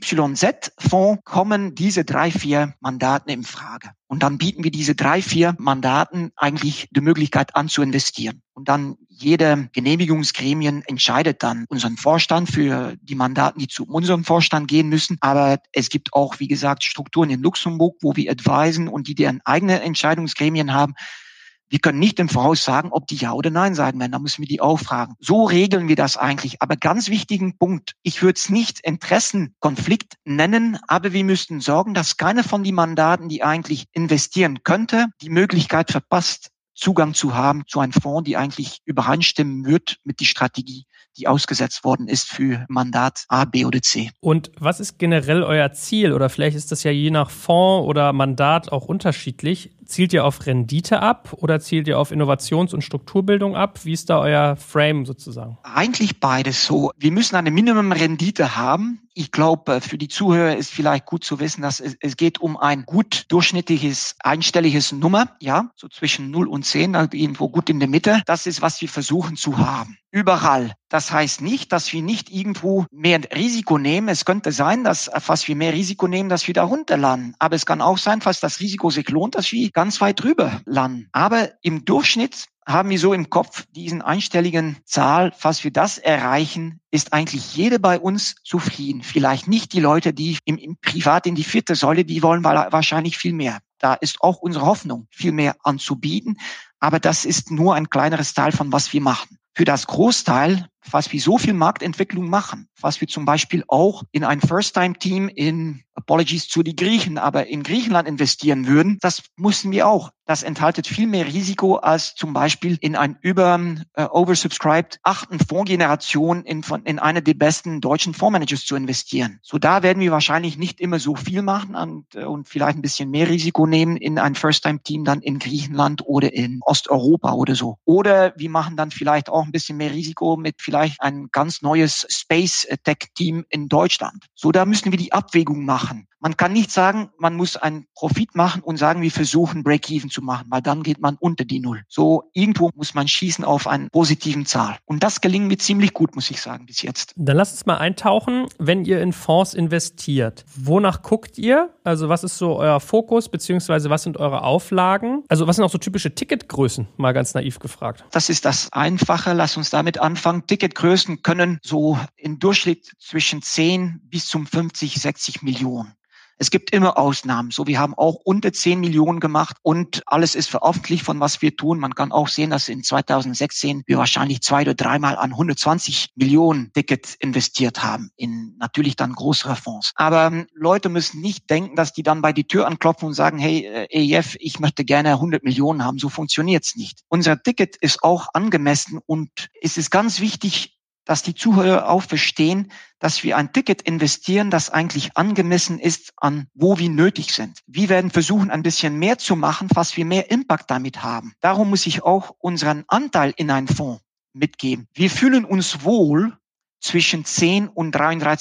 XYZ-Fonds kommen diese 3-4 Mandaten in Frage. Und dann bieten wir diese 3-4 Mandaten eigentlich die Möglichkeit an zu investieren. Und dann jede Genehmigungsgremien entscheidet dann unseren Vorstand für die Mandaten, die zu unserem Vorstand gehen müssen. Aber es gibt auch, wie gesagt, Strukturen in Luxemburg, wo wir advisen und die deren eigene Entscheidungsgremien haben. Wir können nicht im Voraus sagen, ob die Ja oder Nein sagen werden. Da müssen wir die auch fragen. So regeln wir das eigentlich. Aber ganz wichtigen Punkt. Ich würde es nicht Interessenkonflikt nennen, aber wir müssten sorgen, dass keine von den Mandaten, die eigentlich investieren könnte, die Möglichkeit verpasst, Zugang zu haben zu einem Fonds, die eigentlich übereinstimmen wird mit der Strategie, die ausgesetzt worden ist für Mandat A, B oder C. Und was ist generell euer Ziel? Oder vielleicht ist das ja je nach Fonds oder Mandat auch unterschiedlich. Zielt ihr auf Rendite ab oder zielt ihr auf Innovations- und Strukturbildung ab? Wie ist da euer Frame sozusagen? Eigentlich beides so. Wir müssen eine Minimum-Rendite haben. Ich glaube, für die Zuhörer ist vielleicht gut zu wissen, dass es geht um ein gut durchschnittliches, einstelliges Nummer, ja, so zwischen 0 und 10, also irgendwo gut in der Mitte. Das ist, was wir versuchen zu haben. Überall. Das heißt nicht, dass wir nicht irgendwo mehr Risiko nehmen. Es könnte sein, dass, falls wir mehr Risiko nehmen, dass wir da runterlanden. Aber es kann auch sein, falls das Risiko sich lohnt, dass wir ganz weit drüber landen. Aber im Durchschnitt haben wir so im Kopf diesen einstelligen Zahl. Falls wir das erreichen, ist eigentlich jede bei uns zufrieden. Vielleicht nicht die Leute, die im Privat in die 4. Säule, die wollen wahrscheinlich viel mehr. Da ist auch unsere Hoffnung, viel mehr anzubieten. Aber das ist nur ein kleineres Teil von was wir machen. Für das Großteil, falls wir so viel Marktentwicklung machen, falls wir zum Beispiel auch in ein First-Time-Team in, Apologies zu die Griechen, aber in Griechenland investieren würden, das mussten wir auch. Das enthaltet viel mehr Risiko als zum Beispiel in ein oversubscribed 8. Fondsgeneration in eine der besten deutschen Fondsmanagers zu investieren. So da werden wir wahrscheinlich nicht immer so viel machen und vielleicht ein bisschen mehr Risiko nehmen in ein First-Time-Team dann in Griechenland oder in Osteuropa oder so. Oder wir machen dann vielleicht auch ein bisschen mehr Risiko mit vielleicht ein ganz neues Space-Tech-Team in Deutschland. So da müssen wir die Abwägung machen. Man kann nicht sagen, man muss einen Profit machen und sagen, wir versuchen Break-Even zu machen, weil dann geht man unter die Null. So irgendwo muss man schießen auf einen positiven Zahl. Und das gelingt mir ziemlich gut, muss ich sagen, bis jetzt. Dann lasst uns mal eintauchen, wenn ihr in Fonds investiert. Wonach guckt ihr? Also was ist so euer Fokus, beziehungsweise was sind eure Auflagen? Also was sind auch so typische Ticketgrößen, mal ganz naiv gefragt? Das ist das Einfache. Lass uns damit anfangen. Ticketgrößen können so im Durchschnitt zwischen 10 bis zum 50, 60 Millionen. Es gibt immer Ausnahmen. So, wir haben auch unter 10 Millionen gemacht und alles ist veröffentlicht, von was wir tun. Man kann auch sehen, dass in 2016 wir wahrscheinlich 2 oder 3 Mal an 120 Millionen Tickets investiert haben in natürlich dann größere Fonds. Aber Leute müssen nicht denken, dass die dann bei die Tür anklopfen und sagen, hey, EIF, ich möchte gerne 100 Millionen haben. So funktioniert's nicht. Unser Ticket ist auch angemessen und es ist ganz wichtig, dass die Zuhörer auch verstehen, dass wir ein Ticket investieren, das eigentlich angemessen ist an, wo wir nötig sind. Wir werden versuchen, ein bisschen mehr zu machen, falls wir mehr Impact damit haben. Darum muss ich auch unseren Anteil in einen Fonds mitgeben. Wir fühlen uns wohl zwischen 10 und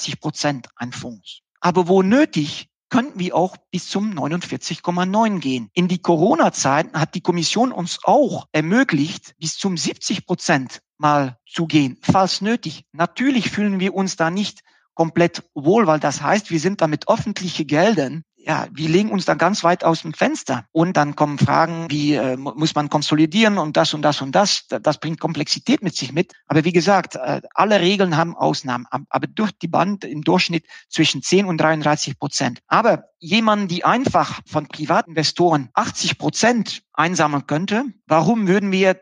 33% an Fonds. Aber wo nötig, könnten wir auch bis zum 49,9 gehen. In die Corona-Zeiten hat die Kommission uns auch ermöglicht, bis zum 70% mal zu gehen, falls nötig. Natürlich fühlen wir uns da nicht komplett wohl, weil das heißt, wir sind da mit öffentlichen Geldern, wir legen uns da ganz weit aus dem Fenster. Und dann kommen Fragen wie, muss man konsolidieren und das und das und das. Das bringt Komplexität mit sich mit. Aber wie gesagt, alle Regeln haben Ausnahmen. Aber durch die Band im Durchschnitt zwischen 10 und 33%. Aber jemanden, die einfach von Privatinvestoren 80% einsammeln könnte, warum würden wir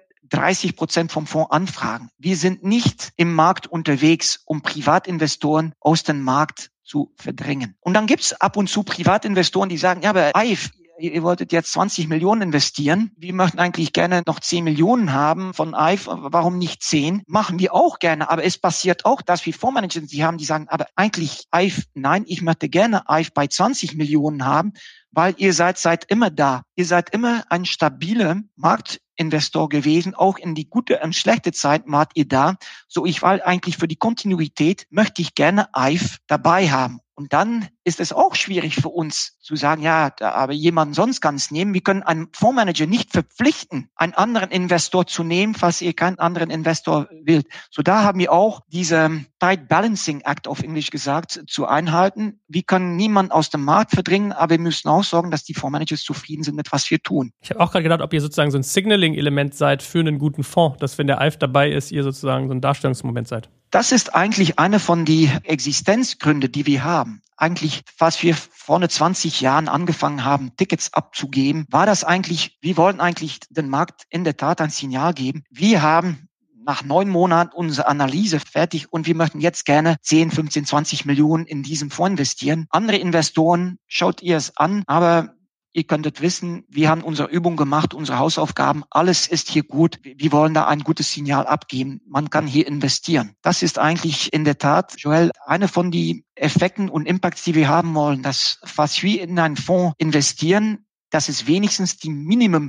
30% vom Fonds anfragen? Wir sind nicht im Markt unterwegs, um Privatinvestoren aus dem Markt zu verdrängen. Und dann gibt's ab und zu Privatinvestoren, die sagen, ja, aber Eif, ihr wolltet jetzt 20 Millionen investieren. Wir möchten eigentlich gerne noch 10 Millionen haben von Eif. Warum nicht 10? Machen wir auch gerne. Aber es passiert auch, dass wir Fondsmanager die sagen, aber eigentlich Eif, nein, ich möchte gerne Eif bei 20 Millionen haben, weil ihr seid immer da. Ihr seid immer ein stabiler Marktinvestor gewesen. Auch in die gute und schlechte Zeit wart ihr da. So, ich war eigentlich für die Kontinuität, möchte ich gerne Eif dabei haben. Und dann ist es auch schwierig für uns zu sagen, ja, aber jemand sonst kann es nehmen. Wir können einen Fondsmanager nicht verpflichten, einen anderen Investor zu nehmen, falls ihr keinen anderen Investor wollt. So, da haben wir auch diese Tight Balancing Act auf Englisch gesagt, zu einhalten. Wir können niemanden aus dem Markt verdrängen, aber wir müssen auch sorgen, dass die Fondsmanagers zufrieden sind mit was wir tun. Ich habe auch gerade gedacht, ob ihr sozusagen so ein Signaling-Element seid für einen guten Fonds, dass wenn der Eif dabei ist, ihr sozusagen so ein Darstellungsmoment seid. Das ist eigentlich eine von die Existenzgründe, die wir haben. Eigentlich, was wir vor 20 Jahren angefangen haben, Tickets abzugeben, war das eigentlich, wir wollten eigentlich den Markt in der Tat ein Signal geben. Wir haben nach 9 Monaten unsere Analyse fertig und wir möchten jetzt gerne 10, 15, 20 Millionen in diesem Fonds investieren. Andere Investoren, schaut ihr es an, aber ihr könntet wissen, wir haben unsere Übung gemacht, unsere Hausaufgaben, alles ist hier gut. Wir wollen da ein gutes Signal abgeben. Man kann hier investieren. Das ist eigentlich in der Tat, Joel, eine von den Effekten und Impacts, die wir haben wollen, dass was wir in einen Fonds investieren, dass es wenigstens die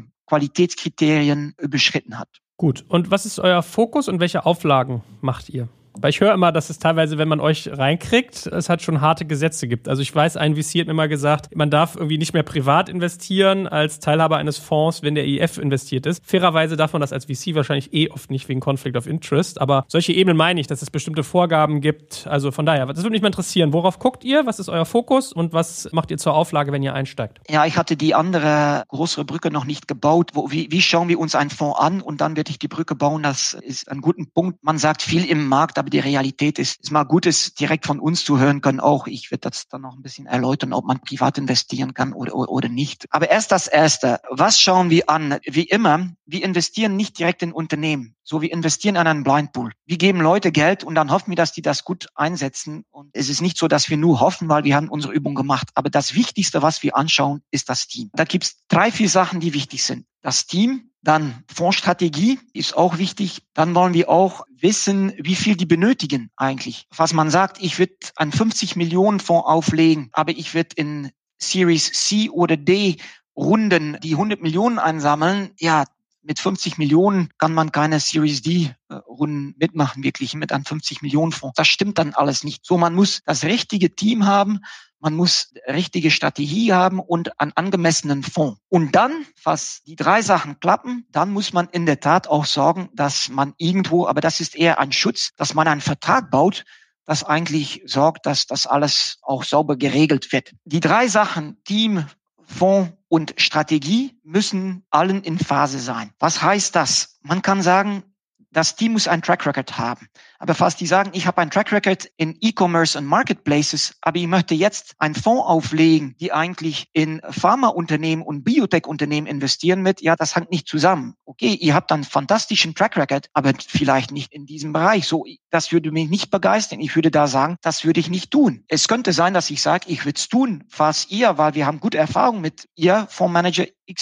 Minimum-Qualitätskriterien überschritten hat. Gut. Und was ist euer Fokus und welche Auflagen macht ihr? Weil ich höre immer, dass es teilweise, wenn man euch reinkriegt, es halt schon harte Gesetze gibt. Also ich weiß, ein VC hat mir mal gesagt, man darf irgendwie nicht mehr privat investieren als Teilhaber eines Fonds, wenn der EIF investiert ist. Fairerweise darf man das als VC wahrscheinlich oft nicht wegen Conflict of Interest. Aber solche Ebenen meine ich, dass es bestimmte Vorgaben gibt. Also von daher, das würde mich mal interessieren. Worauf guckt ihr? Was ist euer Fokus? Und was macht ihr zur Auflage, wenn ihr einsteigt? Ja, ich hatte die andere größere Brücke noch nicht gebaut. Wie schauen wir uns einen Fonds an? Und dann werde ich die Brücke bauen. Das ist ein guter Punkt. Man sagt viel im Markt, aber die Realität ist mal gut, es direkt von uns zu hören können auch. Ich werde das dann noch ein bisschen erläutern, ob man privat investieren kann oder nicht. Aber erst das Erste. Was schauen wir an? Wie immer, wir investieren nicht direkt in Unternehmen. So, wir investieren in einen Blindpool. Wir geben Leute Geld und dann hoffen wir, dass die das gut einsetzen. Und es ist nicht so, dass wir nur hoffen, weil wir haben unsere Übung gemacht. Aber das Wichtigste, was wir anschauen, ist das Team. Da gibt es 3, 4 Sachen, die wichtig sind. Das Team, dann Fondsstrategie ist auch wichtig. Dann wollen wir auch wissen, wie viel die benötigen eigentlich. Was man sagt, ich würde einen 50 Millionen Fonds auflegen, aber ich würde in Series C oder D Runden die 100 Millionen einsammeln. Ja, mit 50 Millionen kann man keine Series D Runden mitmachen, wirklich mit einem 50 Millionen Fonds. Das stimmt dann alles nicht. So, man muss das richtige Team haben. Man muss richtige Strategie haben und einen angemessenen Fonds. Und dann, falls die 3 Sachen klappen, dann muss man in der Tat auch sorgen, dass man irgendwo, aber das ist eher ein Schutz, dass man einen Vertrag baut, das eigentlich sorgt, dass das alles auch sauber geregelt wird. Die 3 Sachen, Team, Fonds und Strategie, müssen allen in Phase sein. Was heißt das? Man kann sagen, das Team muss einen Track Record haben. Aber falls die sagen, ich habe einen Track Record in E-Commerce und Marketplaces, aber ich möchte jetzt einen Fonds auflegen, die eigentlich in Pharmaunternehmen und Biotech-Unternehmen investieren mit, ja, das hängt nicht zusammen. Okay, ihr habt einen fantastischen Track Record, aber vielleicht nicht in diesem Bereich. So, das würde mich nicht begeistern. Ich würde da sagen, das würde ich nicht tun. Es könnte sein, dass ich sage, ich würde es tun, falls ihr, weil wir haben gute Erfahrungen mit ihr, Fondsmanager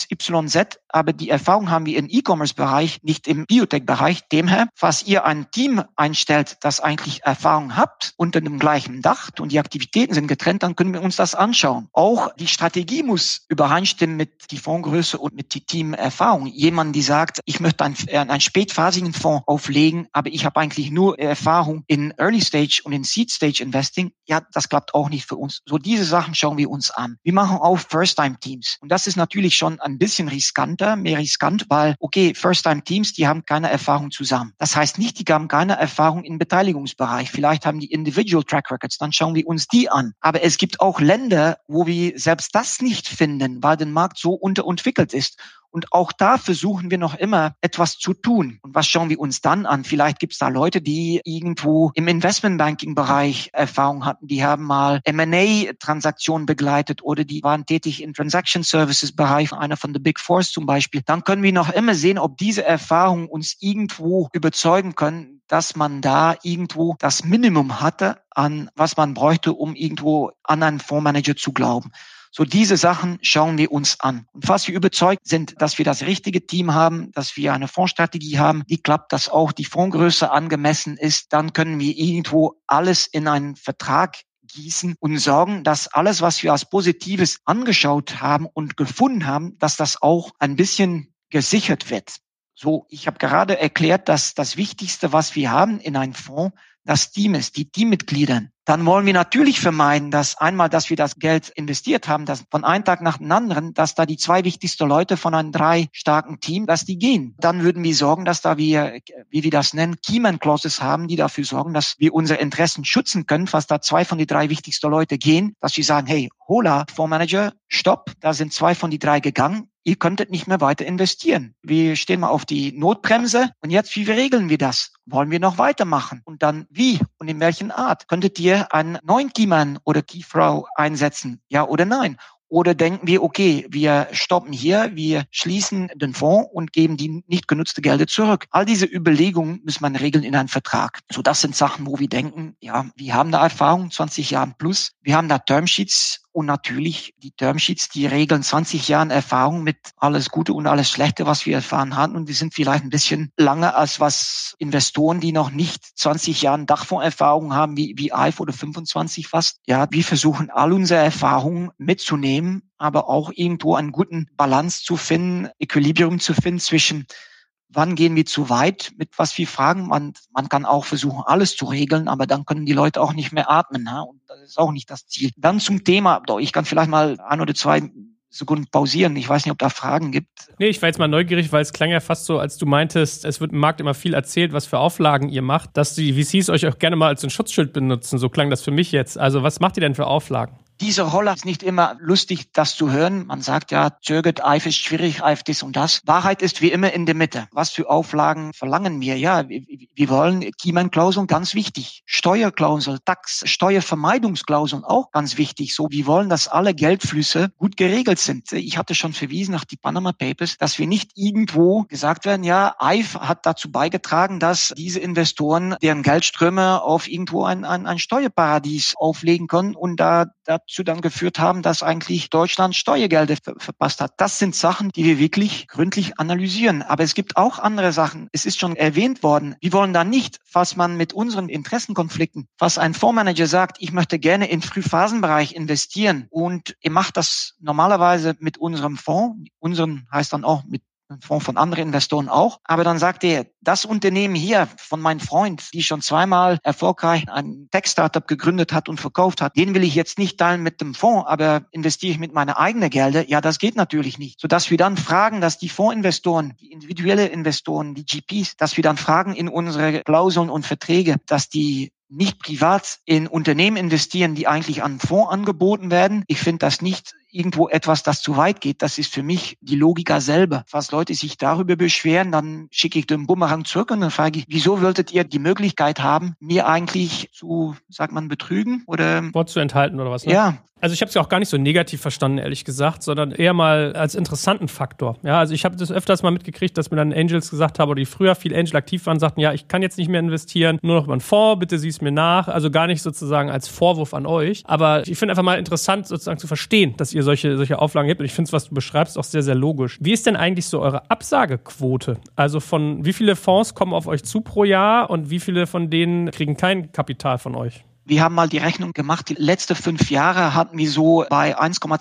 XYZ, aber die Erfahrung haben wir im E-Commerce-Bereich, nicht im Biotech-Bereich. Demher, falls ihr ein Team einstellt, das eigentlich Erfahrung habt, unter dem gleichen Dach und die Aktivitäten sind getrennt, dann können wir uns das anschauen. Auch die Strategie muss übereinstimmen mit die Fondsgröße und mit die Teamerfahrung. Jemand, die sagt, ich möchte einen spätphasigen Fonds auflegen, aber ich habe eigentlich nur Erfahrung in Early Stage und in Seed Stage Investing, ja, das klappt auch nicht für uns. So diese Sachen schauen wir uns an. Wir machen auch First-Time-Teams. Und das ist natürlich schon ein bisschen riskanter, mehr riskant, weil, okay, First-Time-Teams, die haben keine Erfahrung zusammen zusammen. Das heißt nicht, die haben keine Erfahrung im Beteiligungsbereich. Vielleicht haben die Individual Track Records, dann schauen wir uns die an. Aber es gibt auch Länder, wo wir selbst das nicht finden, weil der Markt so unterentwickelt ist. Und auch da versuchen wir noch immer etwas zu tun. Und was schauen wir uns dann an? Vielleicht gibt es da Leute, die irgendwo im Investmentbanking-Bereich Erfahrung hatten. Die haben mal M&A-Transaktionen begleitet oder die waren tätig im Transaction-Services-Bereich, einer von the Big Fours zum Beispiel. Dann können wir noch immer sehen, ob diese Erfahrungen uns irgendwo überzeugen können, dass man da irgendwo das Minimum hatte, an was man bräuchte, um irgendwo an einen Fondsmanager zu glauben. So diese Sachen schauen wir uns an. Und falls wir überzeugt sind, dass wir das richtige Team haben, dass wir eine Fondsstrategie haben, die klappt, dass auch die Fondsgröße angemessen ist, dann können wir irgendwo alles in einen Vertrag gießen und sorgen, dass alles, was wir als Positives angeschaut haben und gefunden haben, dass das auch ein bisschen gesichert wird. So, ich habe gerade erklärt, dass das Wichtigste, was wir haben in einem Fonds, das Team ist, die Teammitglieder. Dann wollen wir natürlich vermeiden, dass einmal, dass wir das Geld investiert haben, dass von einem Tag nach dem anderen, dass da die 2 wichtigsten Leute von einem 3 starken Team, dass die gehen. Dann würden wir sorgen, dass da wir, wie wir das nennen, Keyman Clauses haben, die dafür sorgen, dass wir unsere Interessen schützen können, falls da 2 von die 3 wichtigsten Leute gehen, dass wir sagen, hey, hola, Fondsmanager, stopp, da sind 2 von die 3 gegangen. Ihr könntet nicht mehr weiter investieren. Wir stehen mal auf die Notbremse und jetzt, wie regeln wir das? Wollen wir noch weitermachen? Und dann wie und in welchen Art? Könntet ihr einen neuen Keyman oder Keyfrau einsetzen? Ja oder nein? Oder denken wir, okay, wir stoppen hier, wir schließen den Fonds und geben die nicht genutzte Gelder zurück. All diese Überlegungen muss man regeln in einem Vertrag. So, das sind Sachen, wo wir denken, ja, wir haben da Erfahrung, 20 Jahren plus. Wir haben da Termsheets und natürlich die Termsheets, die regeln 20 Jahren Erfahrung mit alles Gute und alles Schlechte, was wir erfahren hatten. Und die sind vielleicht ein bisschen langer als was Investoren, die noch nicht 20 Jahren Dachfondserfahrung haben, wie IFE oder 25 fast. Ja, wir versuchen all unsere Erfahrungen mitzunehmen, aber auch irgendwo einen guten Balance zu finden, Equilibrium zu finden zwischen wann gehen wir zu weit, mit was wir fragen. Man kann auch versuchen, alles zu regeln, aber dann können die Leute auch nicht mehr atmen. Ne? Und das ist auch nicht das Ziel. Dann zum Thema, ich kann vielleicht mal 1 oder 2 Sekunden pausieren. Ich weiß nicht, ob da Fragen gibt. Nee, ich war jetzt mal neugierig, weil es klang ja fast so, als du meintest, es wird im Markt immer viel erzählt, was für Auflagen ihr macht, dass die VCs euch auch gerne mal als ein Schutzschild benutzen. So klang das für mich jetzt. Also was macht ihr denn für Auflagen? Diese Rolle ist nicht immer lustig, das zu hören. Man sagt ja, zögert, IFE ist schwierig, IFE dies und das. Wahrheit ist wie immer in der Mitte. Was für Auflagen verlangen wir? Ja, wir wollen Keyman-Klauseln, ganz wichtig. Steuerklausel, Tax, Steuervermeidungsklauseln, auch ganz wichtig. So, wir wollen, dass alle Geldflüsse gut geregelt sind. Ich hatte schon verwiesen nach die Panama Papers, dass wir nicht irgendwo gesagt werden, ja, IFE hat dazu beigetragen, dass diese Investoren deren Geldströme auf irgendwo ein Steuerparadies auflegen können und dazu dann geführt haben, dass eigentlich Deutschland Steuergelder verpasst hat. Das sind Sachen, die wir wirklich gründlich analysieren. Aber es gibt auch andere Sachen. Es ist schon erwähnt worden. Wir wollen da nicht, falls man mit unseren Interessenkonflikten, falls ein Fondsmanager sagt, ich möchte gerne im Frühphasenbereich investieren und ihr macht das normalerweise mit unserem Fonds, unseren heißt dann auch mit ein Fonds von anderen Investoren auch. Aber dann sagt er, das Unternehmen hier von meinem Freund, die schon 2-mal erfolgreich ein Tech-Startup gegründet hat und verkauft hat, den will ich jetzt nicht teilen mit dem Fonds, aber investiere ich mit meinen eigenen Gelder? Ja, das geht natürlich nicht. Sodass wir dann fragen, dass die Fondsinvestoren, die individuelle Investoren, die GPs, dass wir dann fragen in unsere Klauseln und Verträge, dass die nicht privat in Unternehmen investieren, die eigentlich an Fonds angeboten werden. Ich finde das nicht irgendwo etwas, das zu weit geht. Das ist für mich die Logika selber. Falls Leute sich darüber beschweren, dann schicke ich den Bumerang zurück und dann frage ich, wieso wolltet ihr die Möglichkeit haben, mir eigentlich zu, sagt man, betrügen oder Wort zu enthalten oder was? Ne? Ja. Also ich habe es ja auch gar nicht so negativ verstanden, ehrlich gesagt, sondern eher mal als interessanten Faktor. Ja, also ich habe das öfters mal mitgekriegt, dass mir dann Angels gesagt haben, oder die früher viel Angel aktiv waren, sagten, ja, ich kann jetzt nicht mehr investieren, nur noch über einen Fonds, bitte sieh es mir nach. Also gar nicht sozusagen als Vorwurf an euch. Aber ich finde einfach mal interessant, sozusagen zu verstehen, dass ihr solche Auflagen habt. Und ich finde es, was du beschreibst, auch sehr, sehr logisch. Wie ist denn eigentlich so eure Absagequote? Also von wie viele Fonds kommen auf euch zu pro Jahr und wie viele von denen kriegen kein Kapital von euch? Wir haben mal die Rechnung gemacht, die letzten 5 Jahre hatten wir so bei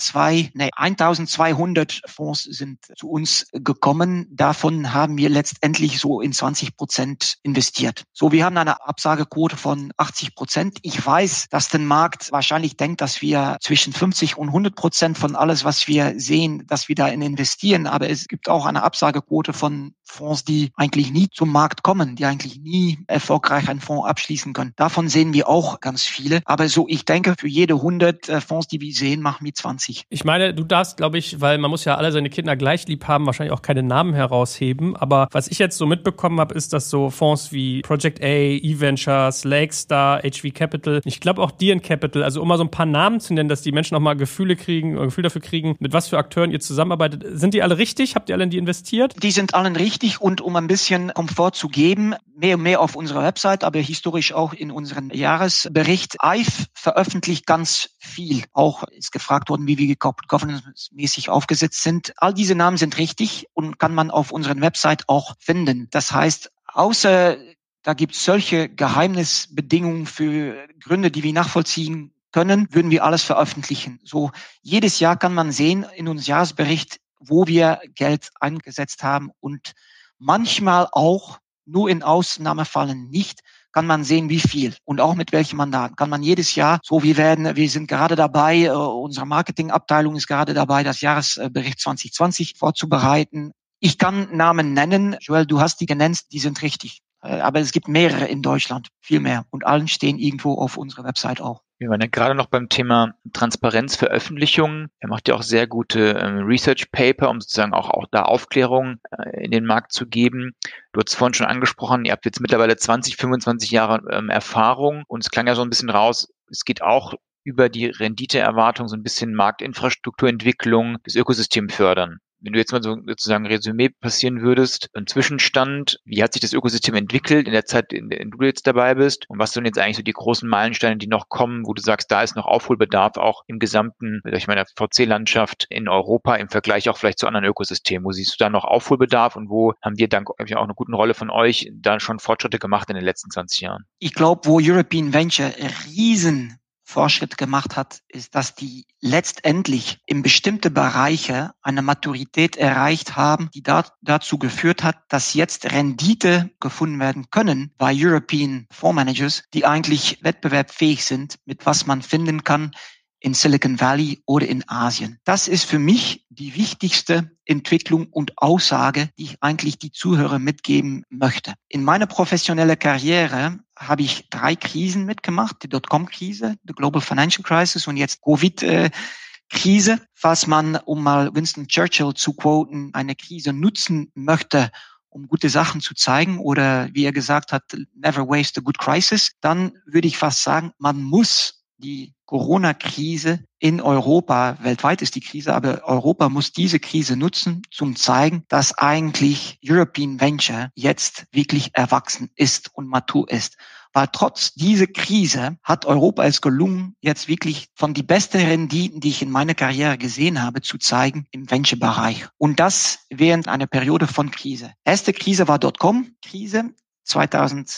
1200 Fonds sind zu uns gekommen. Davon haben wir letztendlich so in 20% investiert. So, wir haben eine Absagequote von 80%. Ich weiß, dass der Markt wahrscheinlich denkt, dass wir zwischen 50 und 100% von alles, was wir sehen, dass wir da investieren. Aber es gibt auch eine Absagequote von Fonds, die eigentlich nie zum Markt kommen, die eigentlich nie erfolgreich einen Fonds abschließen können. Davon sehen wir auch ganz viele. Aber so, ich denke, für jede 100 Fonds, die wir sehen, machen wir 20. Ich meine, du darfst, glaube ich, weil man muss ja alle seine Kinder gleich lieb haben, wahrscheinlich auch keine Namen herausheben. Aber was ich jetzt so mitbekommen habe, ist, dass so Fonds wie Project A, eVentures, Lakestar, HV Capital, ich glaube auch DN Capital, also um mal so ein paar Namen zu nennen, dass die Menschen auch mal Gefühl dafür kriegen, mit was für Akteuren ihr zusammenarbeitet. Sind die alle richtig? Habt ihr alle in die investiert? Die sind allen richtig, und um ein bisschen Komfort zu geben, mehr und mehr auf unserer Website, aber historisch auch in unserem Jahresbericht. IVE veröffentlicht ganz viel. Auch ist gefragt worden, wie wir governance-mäßig aufgesetzt sind. All diese Namen sind richtig und kann man auf unserer Website auch finden. Das heißt, außer da gibt es solche Geheimnisbedingungen für Gründe, die wir nachvollziehen können, würden wir alles veröffentlichen. So, jedes Jahr kann man sehen in unserem Jahresbericht, wo wir Geld eingesetzt haben, und manchmal auch, nur in Ausnahmefällen nicht, kann man sehen, wie viel und auch mit welchem Mandat. Kann man jedes Jahr, so wir sind gerade dabei, unsere Marketingabteilung ist gerade dabei, das Jahresbericht 2020 vorzubereiten. Ich kann Namen nennen, Joel, du hast die genannt, die sind richtig. Aber es gibt mehrere in Deutschland, viel mehr. Und allen stehen irgendwo auf unserer Website auch. Wir waren ja gerade noch beim Thema Transparenzveröffentlichungen. Er macht ja auch sehr gute Research Paper, um sozusagen auch da Aufklärung in den Markt zu geben. Du hast vorhin schon angesprochen, ihr habt jetzt mittlerweile 20, 25 Jahre Erfahrung, und es klang ja so ein bisschen raus, es geht auch über die Renditeerwartung so ein bisschen Marktinfrastrukturentwicklung, das Ökosystem fördern. Wenn du jetzt mal so sozusagen Resümee passieren würdest, ein Zwischenstand, wie hat sich das Ökosystem entwickelt in der Zeit, in der du jetzt dabei bist, und was sind jetzt eigentlich so die großen Meilensteine, die noch kommen, wo du sagst, da ist noch Aufholbedarf auch im gesamten, ich meine, VC-Landschaft in Europa im Vergleich auch vielleicht zu anderen Ökosystemen. Wo siehst du da noch Aufholbedarf und wo haben wir dank auch einer guten Rolle von euch da schon Fortschritte gemacht in den letzten 20 Jahren? Ich glaube, wo European Venture riesen Fortschritt gemacht hat, ist, dass die letztendlich in bestimmte Bereiche eine Maturität erreicht haben, die dazu geführt hat, dass jetzt Rendite gefunden werden können bei European Fondsmanagers, die eigentlich wettbewerbsfähig sind, mit was man finden kann in Silicon Valley oder in Asien. Das ist für mich die wichtigste Entwicklung und Aussage, die ich eigentlich die Zuhörer mitgeben möchte. In meiner professionellen Karriere habe ich 3 Krisen mitgemacht: die Dotcom-Krise, die Global Financial Crisis und jetzt Covid-Krise. Falls man, um mal Winston Churchill zu quoten, eine Krise nutzen möchte, um gute Sachen zu zeigen, oder wie er gesagt hat, never waste a good crisis, dann würde ich fast sagen, man muss die Corona-Krise in Europa, weltweit ist die Krise, aber Europa muss diese Krise nutzen, zum zeigen, dass eigentlich European Venture jetzt wirklich erwachsen ist und matur ist. Weil trotz dieser Krise hat Europa es gelungen, jetzt wirklich von die besten Renditen, die ich in meiner Karriere gesehen habe, zu zeigen im Venture-Bereich. Und das während einer Periode von Krise. Erste Krise war Dotcom-Krise, 2001,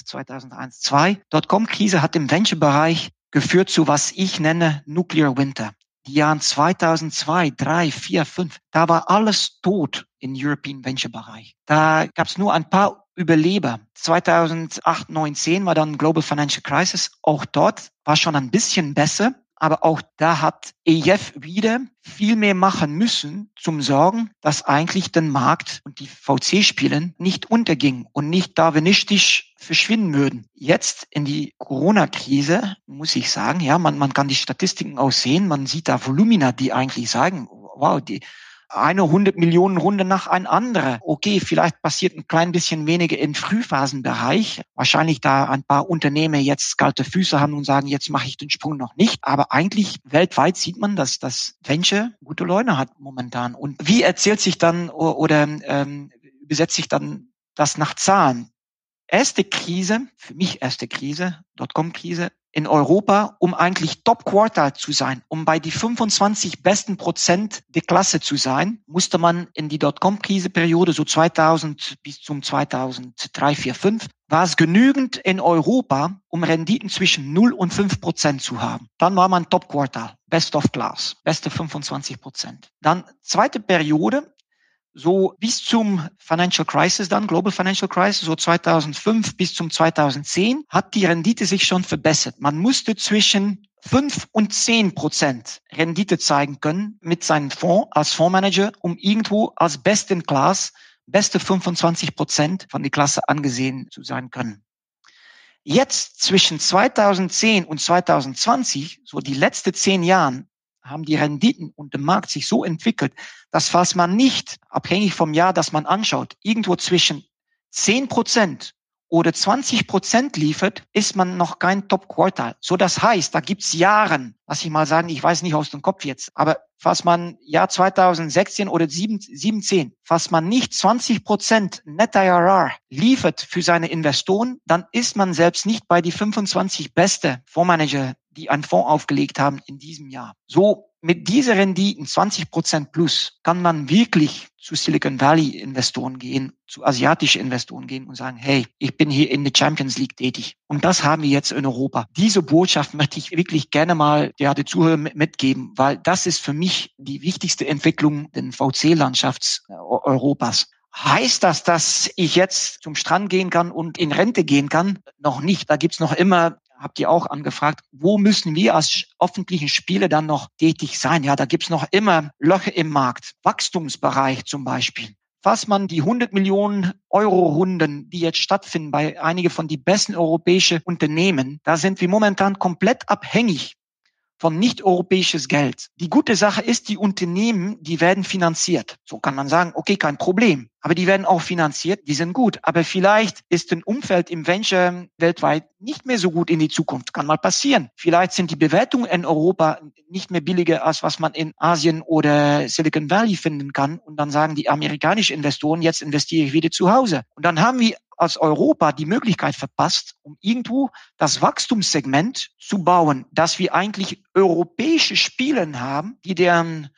2002. Dotcom-Krise hat im Venture-Bereich geführt zu, was ich nenne, Nuclear Winter. Die Jahren 2002, 3, 4, 5, da war alles tot im European Venture Bereich. Da gab es nur ein paar Überleber. 2008, 9, 10 war dann Global Financial Crisis. Auch dort war schon ein bisschen besser. Aber auch da hat EF wieder viel mehr machen müssen, zum Sorgen, dass eigentlich der Markt und die VC-Spielen nicht untergingen und nicht darwinistisch verschwinden würden. Jetzt in die Corona-Krise muss ich sagen, ja, man kann die Statistiken auch sehen, man sieht da Volumina, die eigentlich sagen, wow, die eine 100 Millionen Runde nach ein andere. Okay, vielleicht passiert ein klein bisschen weniger im Frühphasenbereich. Wahrscheinlich da ein paar Unternehmen jetzt kalte Füße haben und sagen, jetzt mache ich den Sprung noch nicht. Aber eigentlich weltweit sieht man, dass das Venture gute Laune hat momentan. Und wie erzählt sich dann oder übersetzt sich dann das nach Zahlen? Erste Krise, Dotcom-Krise in Europa, um eigentlich Top-Quartile zu sein, um bei die 25 besten Prozent der Klasse zu sein, musste man in die Dotcom-Krise-Periode so 2000 bis zum 2003, 4, 5 war es genügend in Europa, um Renditen zwischen 0 und 5% zu haben. Dann war man Top-Quartal, Best of Class, beste 25%. Dann zweite Periode, so bis zum Financial Crisis dann, Global Financial Crisis, so 2005 bis zum 2010, hat die Rendite sich schon verbessert. Man musste zwischen 5 und 10% Rendite zeigen können mit seinem Fonds als Fondsmanager, um irgendwo als Best in Class, beste 25% von der Klasse angesehen zu sein können. Jetzt zwischen 2010 und 2020, so die letzten 10 Jahren, haben die Renditen und der Markt sich so entwickelt, dass falls man nicht, abhängig vom Jahr, das man anschaut, irgendwo zwischen 10% oder 20% liefert, ist man noch kein Top-Quartal. So, das heißt, da gibt's Jahren, lass ich mal sagen, ich weiß nicht aus dem Kopf jetzt, aber falls man Jahr 2016 oder 17, falls man nicht 20% Net IRR liefert für seine Investoren, dann ist man selbst nicht bei die 25 beste Fondsmanager, die einen Fonds aufgelegt haben in diesem Jahr. So, mit dieser Renditen 20% plus kann man wirklich zu Silicon Valley Investoren gehen, zu asiatischen Investoren gehen und sagen, hey, ich bin hier in der Champions League tätig. Und das haben wir jetzt in Europa. Diese Botschaft möchte ich wirklich gerne mal der Zuhörer mitgeben, weil das ist für mich die wichtigste Entwicklung den VC-Landschafts Europas. Heißt das, dass ich jetzt zum Strand gehen kann und in Rente gehen kann? Noch nicht. Da gibt's noch immer, habt ihr auch angefragt, wo müssen wir als öffentlichen Spieler dann noch tätig sein? Ja, da gibt's noch immer Löcher im Markt. Wachstumsbereich zum Beispiel. Falls man die 100 Millionen Euro Runden, die jetzt stattfinden bei einigen von die besten europäischen Unternehmen, da sind wir momentan komplett abhängig von nicht-europäisches Geld. Die gute Sache ist, die Unternehmen, die werden finanziert. So kann man sagen, okay, kein Problem. Aber die werden auch finanziert, die sind gut. Aber vielleicht ist ein Umfeld im Venture weltweit nicht mehr so gut in die Zukunft. Kann mal passieren. Vielleicht sind die Bewertungen in Europa nicht mehr billiger, als was man in Asien oder Silicon Valley finden kann. Und dann sagen die amerikanischen Investoren, jetzt investiere ich wieder zu Hause. Und dann haben wir als Europa die Möglichkeit verpasst, um irgendwo das Wachstumssegment zu bauen, dass wir eigentlich europäische Spieler haben, die deren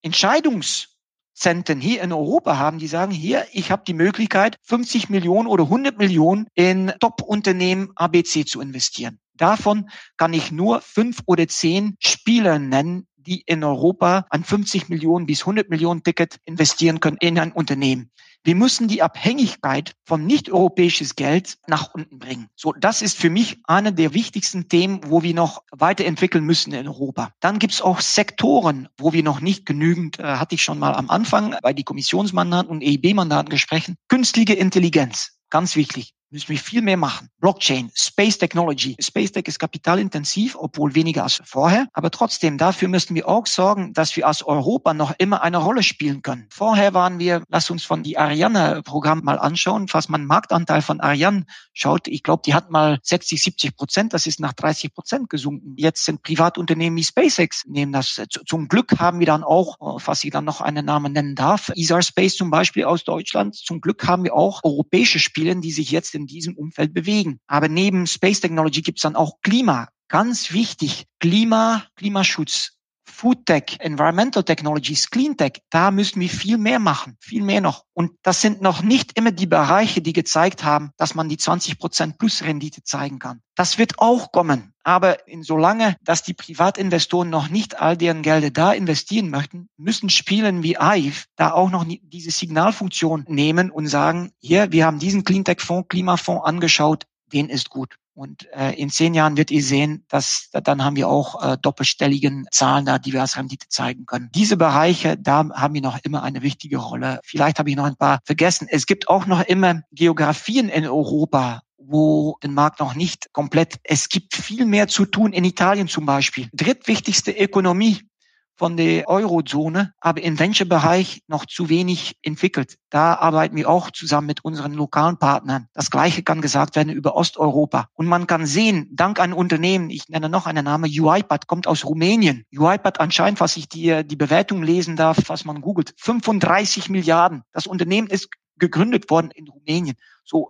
Entscheidungszentren hier in Europa haben, die sagen, hier, ich habe die Möglichkeit, 50 Millionen oder 100 Millionen in Top-Unternehmen ABC zu investieren. Davon kann ich nur 5 oder 10 Spieler nennen, die in Europa ein 50 Millionen bis 100 Millionen Ticket investieren können in ein Unternehmen. Wir müssen die Abhängigkeit von nicht-europäisches Geld nach unten bringen. So, das ist für mich eine der wichtigsten Themen, wo wir noch weiterentwickeln müssen in Europa. Dann gibt's auch Sektoren, wo wir noch nicht genügend, hatte ich schon mal am Anfang bei die Kommissionsmandaten und EIB-Mandaten gesprochen. Künstliche Intelligenz, ganz wichtig. Müssen wir viel mehr machen. Blockchain, Space Technology. Space Tech ist kapitalintensiv, obwohl weniger als vorher. Aber trotzdem, dafür müssen wir auch sorgen, dass wir als Europa noch immer eine Rolle spielen können. Vorher waren wir, lasst uns von die Ariane-Programm mal anschauen, falls man Marktanteil von Ariane schaut. Ich glaube, die hat mal 60-70%. Das ist nach 30% gesunken. Jetzt sind Privatunternehmen wie SpaceX nehmen das. Zum Glück haben wir dann auch, falls ich dann noch einen Namen nennen darf, ESA Space zum Beispiel aus Deutschland. Zum Glück haben wir auch europäische Spieler, die sich jetzt in diesem Umfeld bewegen. Aber neben Space Technology gibt es dann auch Klima. Ganz wichtig. Klimaschutz. Food Tech, Environmental Technologies, Clean Tech, da müssen wir viel mehr machen, viel mehr noch. Und das sind noch nicht immer die Bereiche, die gezeigt haben, dass man die 20% plus Rendite zeigen kann. Das wird auch kommen. Aber solange, dass die Privatinvestoren noch nicht all deren Gelder da investieren möchten, müssen Spielen wie IVE da auch noch diese Signalfunktion nehmen und sagen, hier, wir haben diesen Clean Tech Fonds, Klimafonds angeschaut, den ist gut. Und in 10 Jahren wird ihr sehen, dass dann haben wir auch doppelstelligen Zahlen da, die wir als Rendite zeigen können. Diese Bereiche, da haben wir noch immer eine wichtige Rolle. Vielleicht habe ich noch ein paar vergessen. Es gibt auch noch immer Geografien in Europa, wo den Markt noch nicht komplett. Es gibt viel mehr zu tun in Italien zum Beispiel. Drittwichtigste Ökonomie von der Eurozone, aber im Venture-Bereich noch zu wenig entwickelt. Da arbeiten wir auch zusammen mit unseren lokalen Partnern. Das Gleiche kann gesagt werden über Osteuropa. Und man kann sehen, dank einem Unternehmen, ich nenne noch einen Namen, UiPath, kommt aus Rumänien. UiPath anscheinend, was ich die Bewertung lesen darf, was man googelt, 35 Milliarden. Das Unternehmen ist gegründet worden in Rumänien. So,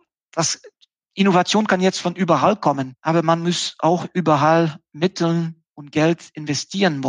Innovation kann jetzt von überall kommen, aber man muss auch überall Mittel und Geld investieren wollen.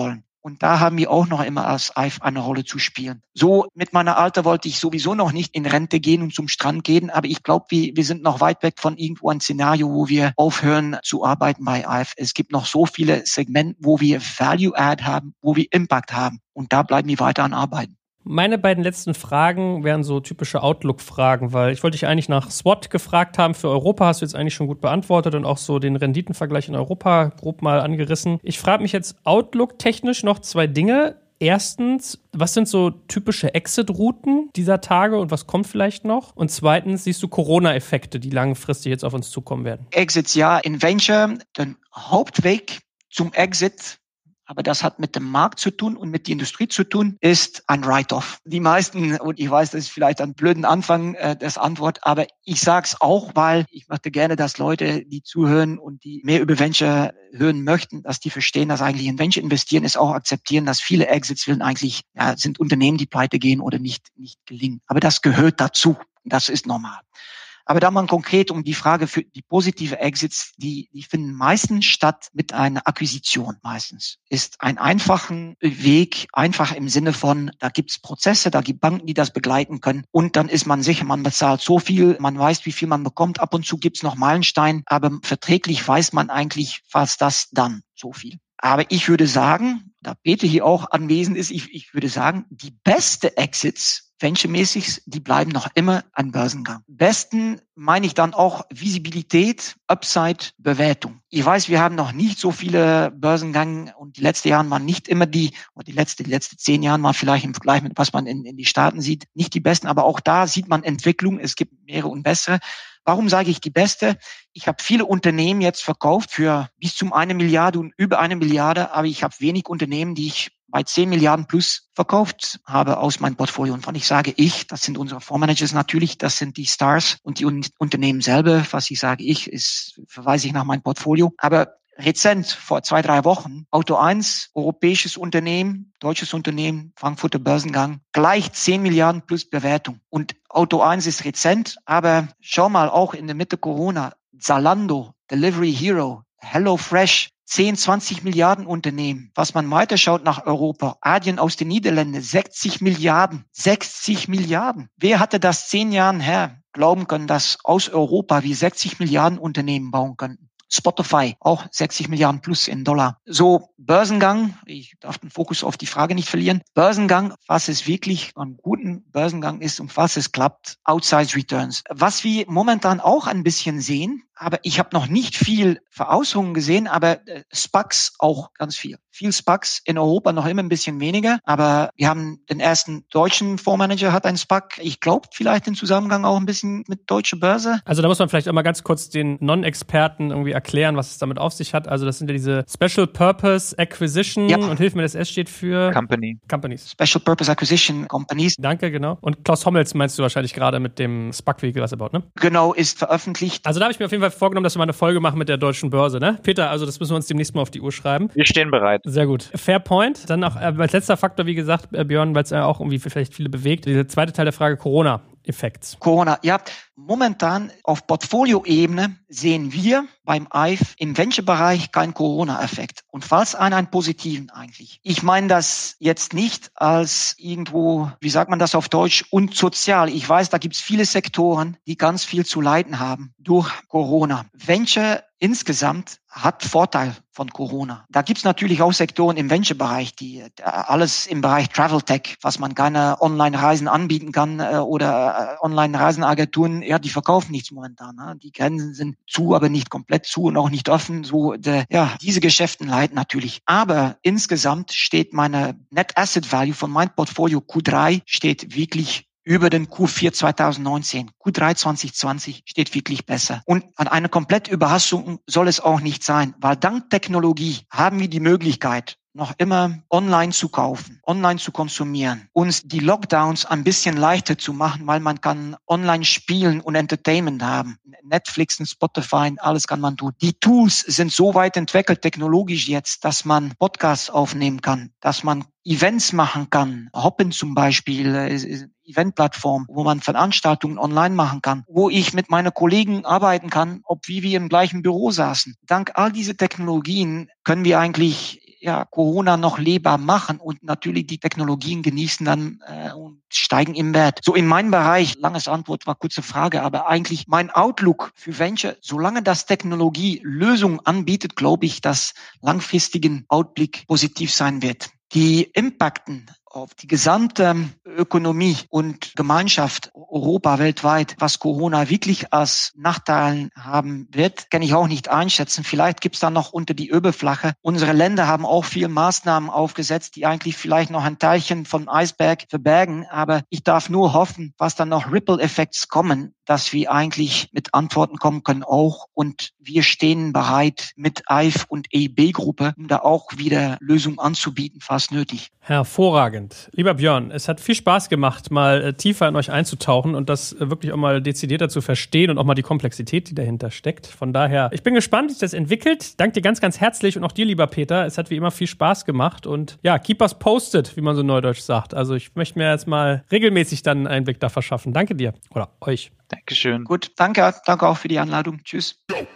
Und da haben wir auch noch immer als IFE eine Rolle zu spielen. So mit meiner Alter wollte ich sowieso noch nicht in Rente gehen und zum Strand gehen, aber ich glaube, wir sind noch weit weg von irgendwo ein Szenario, wo wir aufhören zu arbeiten bei IFE. Es gibt noch so viele Segmente, wo wir Value-Add haben, wo wir Impact haben. Und da bleiben wir weiter an arbeiten. Meine beiden letzten Fragen wären so typische Outlook-Fragen, weil ich wollte dich eigentlich nach SWOT gefragt haben. Für Europa hast du jetzt eigentlich schon gut beantwortet und auch so den Renditenvergleich in Europa grob mal angerissen. Ich frage mich jetzt Outlook-technisch noch 2 Dinge. Erstens, was sind so typische Exit-Routen dieser Tage und was kommt vielleicht noch? Und zweitens, siehst du Corona-Effekte, die langfristig jetzt auf uns zukommen werden? Exits, ja. In Venture, der Hauptweg zum Exit, aber das hat mit dem Markt zu tun und mit der Industrie zu tun, ist ein Write-off. Die meisten, und ich weiß, das ist vielleicht ein blöden Anfang des Antwort, aber ich sage es auch, weil ich möchte gerne, dass Leute, die zuhören und die mehr über Venture hören möchten, dass die verstehen, dass eigentlich in Venture investieren ist auch akzeptieren, dass viele Exits sind Unternehmen, die pleite gehen oder nicht gelingen. Aber das gehört dazu. Das ist normal. Aber da man konkret um die Frage für die positive Exits, die finden meistens statt mit einer Akquisition meistens. Ist ein einfachen Weg, einfach im Sinne von, da gibt's Prozesse, da gibt Banken, die das begleiten können und dann ist man sicher, man bezahlt so viel, man weiß, wie viel man bekommt, ab und zu gibt's noch Meilenstein, aber verträglich weiß man eigentlich fast das dann so viel. Aber ich würde sagen, da Peter hier auch anwesend ist, ich würde sagen, die beste Exits Venture-mäßig, die bleiben noch immer an Börsengang. Besten meine ich dann auch Visibilität, Upside, Bewertung. Ich weiß, wir haben noch nicht so viele Börsengänge und die letzten Jahre waren nicht immer die letzten 10 Jahre mal vielleicht im Vergleich mit was man in die Staaten sieht, nicht die besten, aber auch da sieht man Entwicklung. Es gibt mehrere und bessere. Warum sage ich die beste? Ich habe viele Unternehmen jetzt verkauft für bis zum 1 Milliarde und über 1 Milliarde, aber ich habe wenig Unternehmen, die ich bei 10 Milliarden plus verkauft habe aus meinem Portfolio. Und wenn ich sage das sind unsere Fondsmanagers natürlich, das sind die Stars und die Unternehmen selber. Was ich sage verweise ich nach meinem Portfolio. Aber rezent, vor 2-3 Wochen, Auto 1, europäisches Unternehmen, deutsches Unternehmen, Frankfurter Börsengang, gleich 10 Milliarden plus Bewertung. Und Auto 1 ist rezent, aber schau mal, auch in der Mitte Corona, Zalando, Delivery Hero, HelloFresh, 10, 20 Milliarden Unternehmen. Was man weiterschaut nach Europa, Adyen aus den Niederlanden, 60 Milliarden. 60 Milliarden. Wer hatte das 10 Jahren her glauben können, dass aus Europa wir 60 Milliarden Unternehmen bauen könnten? Spotify, auch 60 Milliarden plus in Dollar. So, Börsengang, ich darf den Fokus auf die Frage nicht verlieren. Börsengang, was es wirklich einen guten Börsengang ist und was es klappt, Outsized Returns. Was wir momentan auch ein bisschen sehen, aber ich habe noch nicht viel Veräußerungen gesehen, aber SPACs auch ganz viel. Viel SPACs, in Europa noch immer ein bisschen weniger, aber wir haben den ersten deutschen Fondsmanager, hat einen SPAC. Ich glaube vielleicht im Zusammenhang auch ein bisschen mit Deutsche Börse. Also da muss man vielleicht auch mal ganz kurz den Non-Experten irgendwie erklären, was es damit auf sich hat. Also das sind ja diese Special Purpose Acquisition und hilf mir, das S steht für Companies. Special Purpose Acquisition Companies. Danke, genau. Und Klaus Hommels meinst du wahrscheinlich gerade mit dem SPAC-Vehikel, was er baut, ne? Genau, ist veröffentlicht. Also da habe ich mir auf jeden Fall vorgenommen, dass wir mal eine Folge machen mit der Deutschen Börse, ne? Peter, also das müssen wir uns demnächst mal auf die Uhr schreiben. Wir stehen bereit. Sehr gut. Fair point. Dann auch als letzter Faktor, wie gesagt, Björn, weil es ja auch irgendwie vielleicht viele bewegt, der zweite Teil der Frage Corona-Effekt. Corona, ja. Momentan auf Portfolioebene sehen wir beim IFE im Venture-Bereich keinen Corona-Effekt. Und falls einen positiven eigentlich. Ich meine das jetzt nicht als irgendwo, wie sagt man das auf Deutsch, unsozial. Ich weiß, da gibt es viele Sektoren, die ganz viel zu leiden haben durch Corona. Venture insgesamt hat Vorteil von Corona. Da gibt's natürlich auch Sektoren im Venture-Bereich, die alles im Bereich Travel Tech, was man keine Online-Reisen anbieten kann oder Online-Reisenagenturen, ja, die verkaufen nichts momentan. Ne? Die Grenzen sind zu, aber nicht komplett zu und auch nicht offen. So, diese Geschäften leiden natürlich. Aber insgesamt steht meine Net Asset Value von meinem Portfolio Q3 steht wirklich über den Q4 2019. Q3 2020 steht wirklich besser. Und an eine komplette Überraschung soll es auch nicht sein, weil dank Technologie haben wir die Möglichkeit, noch immer online zu kaufen, online zu konsumieren, uns die Lockdowns ein bisschen leichter zu machen, weil man kann online spielen und Entertainment haben. Netflix und Spotify, alles kann man tun. Die Tools sind so weit entwickelt technologisch jetzt, dass man Podcasts aufnehmen kann, dass man Events machen kann. Hoppen zum Beispiel ist Eventplattform, wo man Veranstaltungen online machen kann, wo ich mit meinen Kollegen arbeiten kann, ob wir im gleichen Büro saßen. Dank all dieser Technologien können wir eigentlich Corona noch lebbar machen und natürlich die Technologien genießen dann und steigen im Wert. So in meinem Bereich, langes Antwort war kurze Frage, aber eigentlich mein Outlook für Venture, solange das Technologie Lösungen anbietet, glaube ich, dass langfristigen Outblick positiv sein wird. Die Impacten auf die gesamte Ökonomie und Gemeinschaft Europa weltweit, was Corona wirklich als Nachteil haben wird, kann ich auch nicht einschätzen. Vielleicht gibt's da noch unter die Oberfläche. Unsere Länder haben auch viele Maßnahmen aufgesetzt, die eigentlich vielleicht noch ein Teilchen vom Eisberg verbergen. Aber ich darf nur hoffen, was dann noch Ripple-Effekte kommen, dass wir eigentlich mit Antworten kommen können auch. Und wir stehen bereit mit EIF und EIB-Gruppe, um da auch wieder Lösungen anzubieten, falls nötig. Hervorragend. Lieber Björn, es hat viel Spaß gemacht, mal tiefer in euch einzutauchen und das wirklich auch mal dezidierter zu verstehen und auch mal die Komplexität, die dahinter steckt. Von daher, ich bin gespannt, wie sich das entwickelt. Danke dir ganz, ganz herzlich und auch dir, lieber Peter. Es hat wie immer viel Spaß gemacht und ja, keep us posted, wie man so neudeutsch sagt. Also ich möchte mir jetzt mal regelmäßig dann einen Einblick da verschaffen. Danke dir oder euch. Dankeschön. Gut, danke auch für die Einladung. Tschüss.